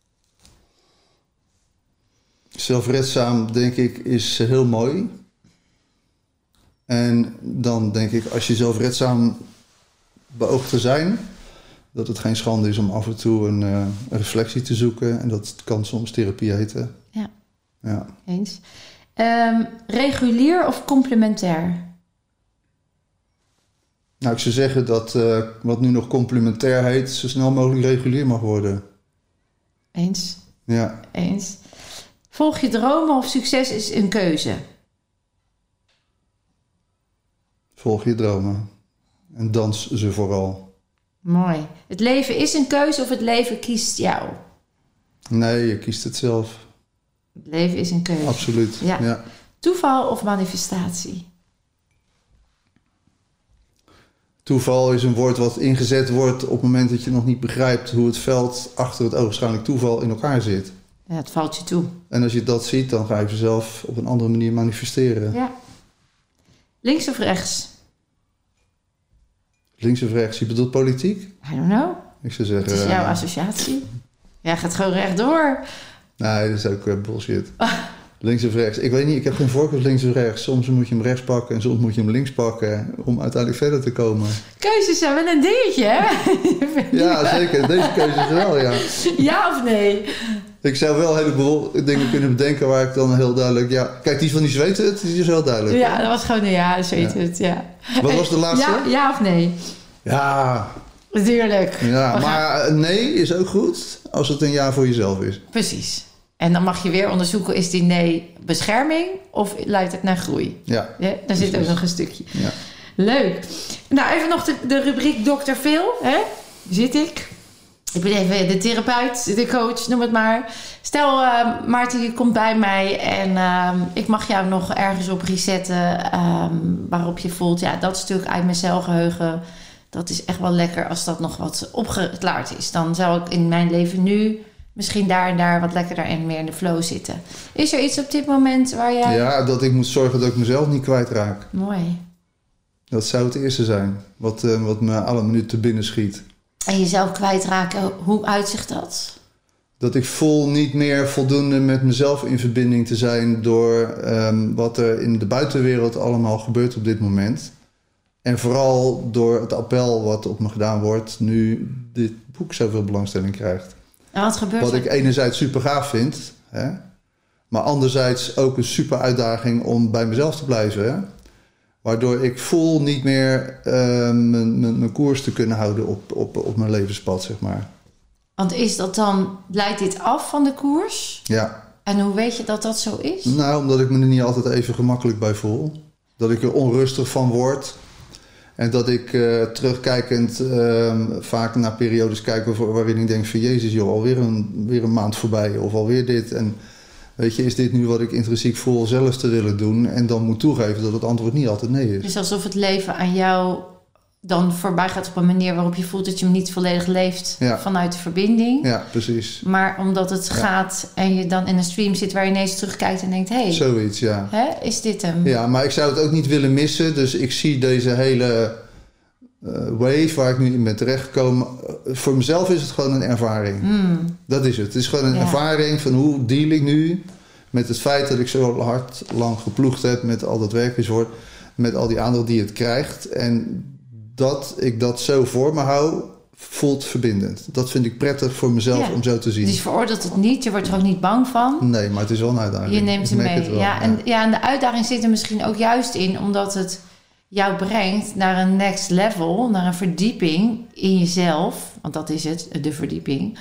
Zelfredzaam, denk ik, is heel mooi. En dan denk ik, als je zelfredzaam beoogt te zijn... dat het geen schande is om af en toe een reflectie te zoeken. En dat kan soms therapie heten. Ja. Eens. Regulier of complementair? Nou, ik zou zeggen dat wat nu nog complementair heet... zo snel mogelijk regulier mag worden. Eens. Ja. Eens. Volg je dromen of succes is een keuze? Volg je dromen. En dans ze vooral. Mooi. Het leven is een keuze of het leven kiest jou? Nee, je kiest het zelf. Het leven is een keuze. Absoluut, ja. Toeval of manifestatie? Toeval is een woord wat ingezet wordt op het moment dat je nog niet begrijpt... hoe het veld achter het ogenschijnlijk toeval in elkaar zit. Ja, het valt je toe. En als je dat ziet, dan ga je jezelf op een andere manier manifesteren. Ja. Links of rechts? Links of rechts? Je bedoelt politiek? I don't know. Ik zou zeggen... Het is jouw associatie. Jij gaat gewoon rechtdoor. Nee, dat is ook bullshit. Links of rechts. Ik weet niet, ik heb geen voorkeur links of rechts. Soms moet je hem rechts pakken en soms moet je hem links pakken om uiteindelijk verder te komen. Keuzes zijn wel een dingetje, hè? Ja, zeker. Deze keuze is wel, ja. Ja of nee? Ik zou wel een heleboel dingen kunnen bedenken waar ik dan heel duidelijk... Ja, kijk, die van die zweet het, die is heel duidelijk. Ja, dat was gewoon een ja, zweet het, ja. Wat was de laatste? Ja of nee? Ja. Natuurlijk. Ja, maar nee is ook goed als het een ja voor jezelf is. Precies. En dan mag je weer onderzoeken, is die nee bescherming of leidt het naar groei? Ja. Daar zit ook nog een stukje. Ja. Leuk. Nou, even nog de rubriek Dr. Phil. Hè? Zit ik. Ik ben even de therapeut, de coach, noem het maar. Stel, Maarten, je komt bij mij en ik mag jou nog ergens op resetten waarop je voelt, ja, dat stuk uit mijn celgeheugen, dat is echt wel lekker als dat nog wat opgeklaard is. Dan zou ik in mijn leven nu misschien daar en daar wat lekkerder en meer in de flow zitten. Is er iets op dit moment waar jij... Ja, dat ik moet zorgen dat ik mezelf niet kwijtraak. Mooi. Dat zou het eerste zijn, wat me alle minuten te binnen schiet. En jezelf kwijtraken, hoe uitzicht dat? Dat ik voel niet meer voldoende met mezelf in verbinding te zijn door wat er in de buitenwereld allemaal gebeurt op dit moment. En vooral door het appel wat op me gedaan wordt nu dit boek zoveel belangstelling krijgt. En wat gebeurt er? Wat ik enerzijds super gaaf vind, hè, maar anderzijds ook een super uitdaging om bij mezelf te blijven. Hè. Waardoor ik voel niet meer mijn koers te kunnen houden op mijn levenspad, zeg maar. Want is dat dan, leidt dit af van de koers? Ja. En hoe weet je dat dat zo is? Nou, omdat ik me er niet altijd even gemakkelijk bij voel. Dat ik er onrustig van word. En dat ik terugkijkend vaak naar periodes kijk waarin ik denk van Jezus joh, alweer een maand voorbij of alweer dit. En weet je, is dit nu wat ik intrinsiek voel zelf te willen doen? En dan moet toegeven dat het antwoord niet altijd nee is. Dus alsof het leven aan jou dan voorbij gaat op een manier waarop je voelt dat je hem niet volledig leeft vanuit de verbinding. Ja, precies. Maar omdat het gaat en je dan in een stream zit waar je ineens terugkijkt en denkt, hé, zoiets, ja. Is dit hem? Ja, maar ik zou het ook niet willen missen. Dus ik zie deze hele wave waar ik nu in ben terechtgekomen. Voor mezelf is het gewoon een ervaring. Dat is het. Het is gewoon een ervaring van hoe deal ik nu met het feit dat ik zo lang geploegd heb met al dat werkenswoord, met al die aandacht die het krijgt. En dat ik dat zo voor me hou, voelt verbindend. Dat vind ik prettig voor mezelf om zo te zien. Dus je veroordeelt het niet, je wordt er ook niet bang van. Nee, maar het is wel een uitdaging. Je neemt hem mee. Wel, en de uitdaging zit er misschien ook juist in, omdat het jou brengt naar een next level, naar een verdieping in jezelf. Want dat is het, de verdieping.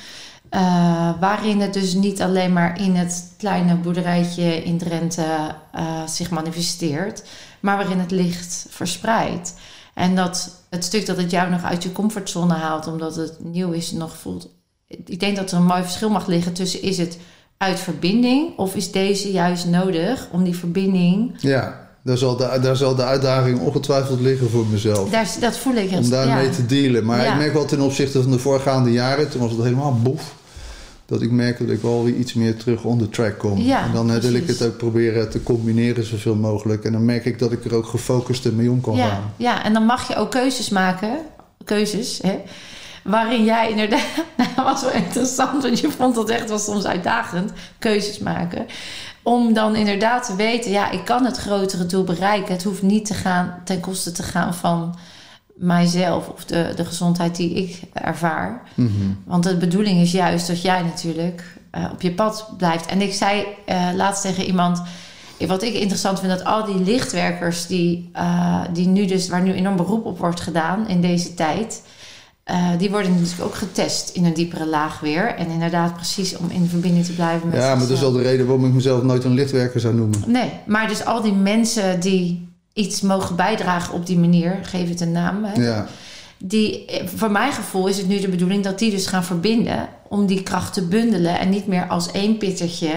Waarin het dus niet alleen maar in het kleine boerderijtje in Drenthe zich manifesteert, maar waarin het licht verspreidt. En dat het stuk dat het jou nog uit je comfortzone haalt, omdat het nieuw is en nog voelt. Ik denk dat er een mooi verschil mag liggen tussen, is het uit verbinding of is deze juist nodig om die verbinding... Ja, daar zal de uitdaging ongetwijfeld liggen voor mezelf. Dat voel ik. Om daarmee te dealen. Maar ik merk wel ten opzichte van de voorgaande jaren, toen was het helemaal boef, dat ik merk dat ik wel weer iets meer terug on the track kom. Ja, en dan wil ik het ook proberen te combineren zoveel mogelijk. En dan merk ik dat ik er ook gefocuster mee om kan gaan. Ja, en dan mag je ook keuzes maken. Hè? Waarin jij inderdaad... Nou, dat was wel interessant, want je vond dat echt wel soms uitdagend. Keuzes maken. Om dan inderdaad te weten, ja, ik kan het grotere doel bereiken. Het hoeft niet te gaan ten koste te gaan van mijzelf of de gezondheid die ik ervaar. Mm-hmm. Want de bedoeling is juist dat jij natuurlijk op je pad blijft. En ik zei laatst tegen iemand, wat ik interessant vind, dat al die lichtwerkers die nu dus, waar nu enorm beroep op wordt gedaan in deze tijd, die worden natuurlijk ook getest in een diepere laag weer. En inderdaad precies om in verbinding te blijven met maar dat is wel de reden waarom ik mezelf nooit een lichtwerker zou noemen. Nee, maar dus al die mensen die iets mogen bijdragen op die manier, geef het een naam. Hè? Ja. Die, voor mijn gevoel is het nu de bedoeling dat die dus gaan verbinden om die kracht te bundelen en niet meer als één pittertje.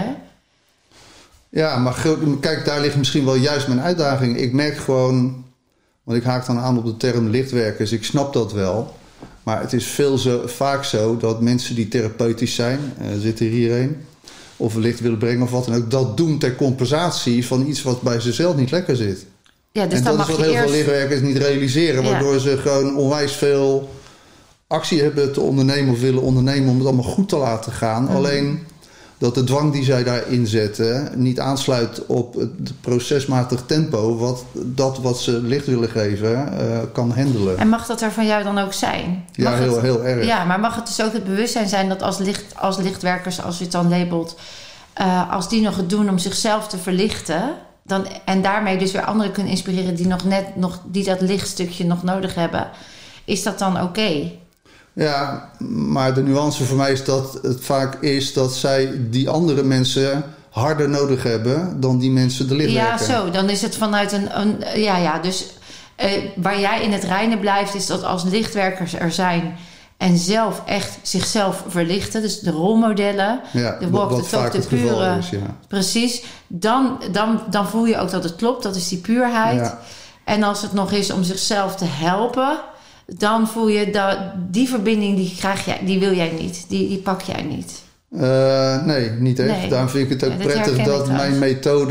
Ja, maar kijk, daar ligt misschien wel juist mijn uitdaging. Ik merk gewoon, want ik haak dan aan op de term lichtwerkers, ik snap dat wel. Maar het is vaak zo dat mensen die therapeutisch zijn, zit er hier een, of licht willen brengen of wat dan ook, dat doen ter compensatie van iets wat bij zichzelf niet lekker zit. Ja, dus en dan dat mag is wat je heel veel lichtwerkers niet realiseren, waardoor ze gewoon onwijs veel actie hebben te ondernemen of willen ondernemen om het allemaal goed te laten gaan. Alleen dat de dwang die zij daarin zetten niet aansluit op het procesmatig tempo wat ze licht willen geven kan handelen. En mag dat er van jou dan ook zijn? Ja, heel erg. Ja, maar mag het dus ook het bewustzijn zijn dat als lichtwerkers, als je het dan labelt, als die nog het doen om zichzelf te verlichten, en daarmee dus weer anderen kunnen inspireren die dat lichtstukje nog nodig hebben, is dat dan oké? Ja, maar de nuance voor mij is dat het vaak is dat zij die andere mensen harder nodig hebben dan die mensen de lichtwerker. Ja, zo. Dan is het vanuit dus waar jij in het reine blijft, is dat als lichtwerkers er zijn en zelf echt zichzelf verlichten, dus de rolmodellen, de walk the talk, de pure, is, ja. Precies. Dan voel je ook dat het klopt. Dat is die puurheid. Ja. En als het nog is om zichzelf te helpen, dan voel je dat die verbinding die wil jij niet. Die pak jij niet. Nee, niet echt. Nee. Daarom vind ik het ook prettig dat mijn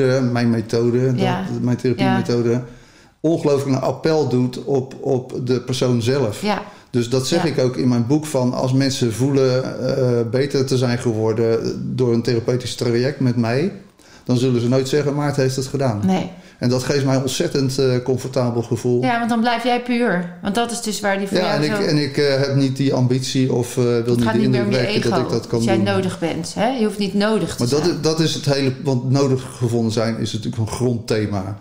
therapiemethode, ongelooflijk een appel doet op de persoon zelf. Ja. Dus dat zeg ik ook in mijn boek van, als mensen voelen beter te zijn geworden door een therapeutisch traject met mij, dan zullen ze nooit zeggen, Maarten heeft het gedaan. Nee. En dat geeft mij een ontzettend comfortabel gevoel. Ja, want dan blijf jij puur. Want dat is dus waar die voor jou en ik heb niet die ambitie of wil niet de indruk wekken dat ik dat kan doen. Dat jij nodig bent. Hè? Je hoeft niet nodig te zijn. Maar dat is het hele, want nodig gevonden zijn is natuurlijk een grondthema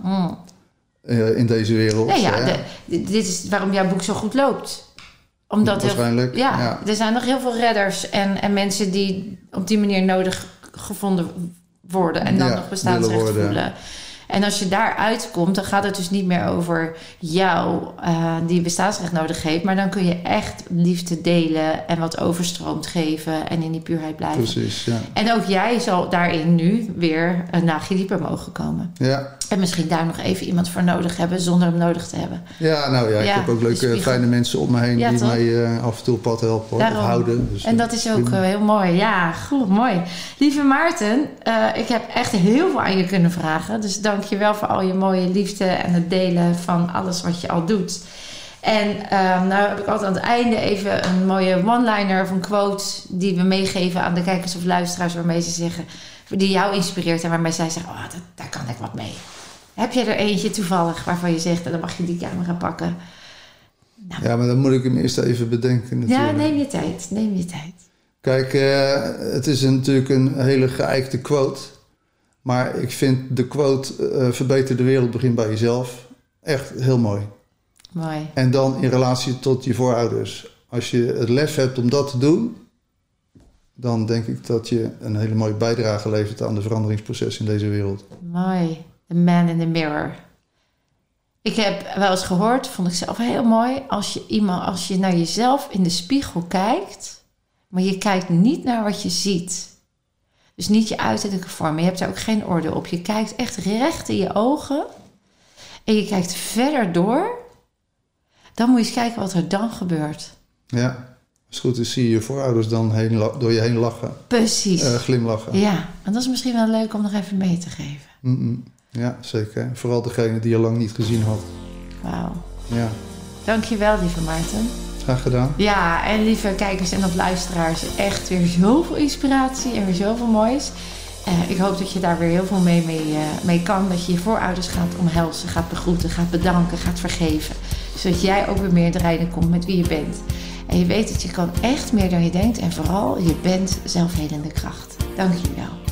in deze wereld. Nee, dit is waarom jouw boek zo goed loopt. Omdat waarschijnlijk. Er zijn nog heel veel redders en mensen die op die manier nodig gevonden worden en dan nog bestaansrecht voelen. En als je daar uitkomt, dan gaat het dus niet meer over jou die bestaansrecht nodig heeft. Maar dan kun je echt liefde delen en wat overstroomt geven en in die puurheid blijven. Precies, ja. En ook jij zal daarin nu weer een laagje dieper mogen komen. Ja. En misschien daar nog even iemand voor nodig hebben zonder hem nodig te hebben. Ja, ik heb ook leuke, fijne mensen om me heen die mij af en toe op pad helpen of houden. Dus, en dat is ook heel mooi. Ja, goed, mooi. Lieve Maarten, ik heb echt heel veel aan je kunnen vragen. Dus dank je wel voor al je mooie liefde en het delen van alles wat je al doet. En nou heb ik altijd aan het einde even een mooie one-liner of een quote die we meegeven aan de kijkers of luisteraars, waarmee ze zeggen, die jou inspireert en waarmee zij zeggen, daar kan ik wat mee. Heb je er eentje toevallig waarvan je zegt, dan mag je die camera pakken? Nou. Ja, maar dan moet ik hem eerst even bedenken natuurlijk. Ja, neem je tijd. Kijk, het is natuurlijk een hele geëikte quote. Maar ik vind de quote, verbeter de wereld, begint bij jezelf, echt heel mooi. Mooi. En dan in relatie tot je voorouders. Als je het lef hebt om dat te doen, dan denk ik dat je een hele mooie bijdrage levert aan de veranderingsproces in deze wereld. Mooi. The man in the mirror. Ik heb wel eens gehoord, vond ik zelf heel mooi, als je naar jezelf in de spiegel kijkt, maar je kijkt niet naar wat je ziet. Dus niet je uiterlijke vorm. Je hebt daar ook geen oordeel op. Je kijkt echt recht in je ogen. En je kijkt verder door. Dan moet je eens kijken wat er dan gebeurt. Ja, als het goed is zie je je voorouders dan door je heen lachen. Precies. Glimlachen. Ja, en dat is misschien wel leuk om nog even mee te geven. Ja, zeker. Vooral degene die je lang niet gezien had. Wauw. Ja. Dankjewel, lieve Maarten. Graag gedaan. Ja, en lieve kijkers en luisteraars, echt weer zoveel inspiratie en weer zoveel moois. Ik hoop dat je daar weer heel veel mee kan. Dat je je voorouders gaat omhelzen, gaat begroeten, gaat bedanken, gaat vergeven. Zodat jij ook weer meer in het reinen komt met wie je bent. En je weet dat je kan echt meer dan je denkt. En vooral, je bent zelfhelende kracht. Dank je wel.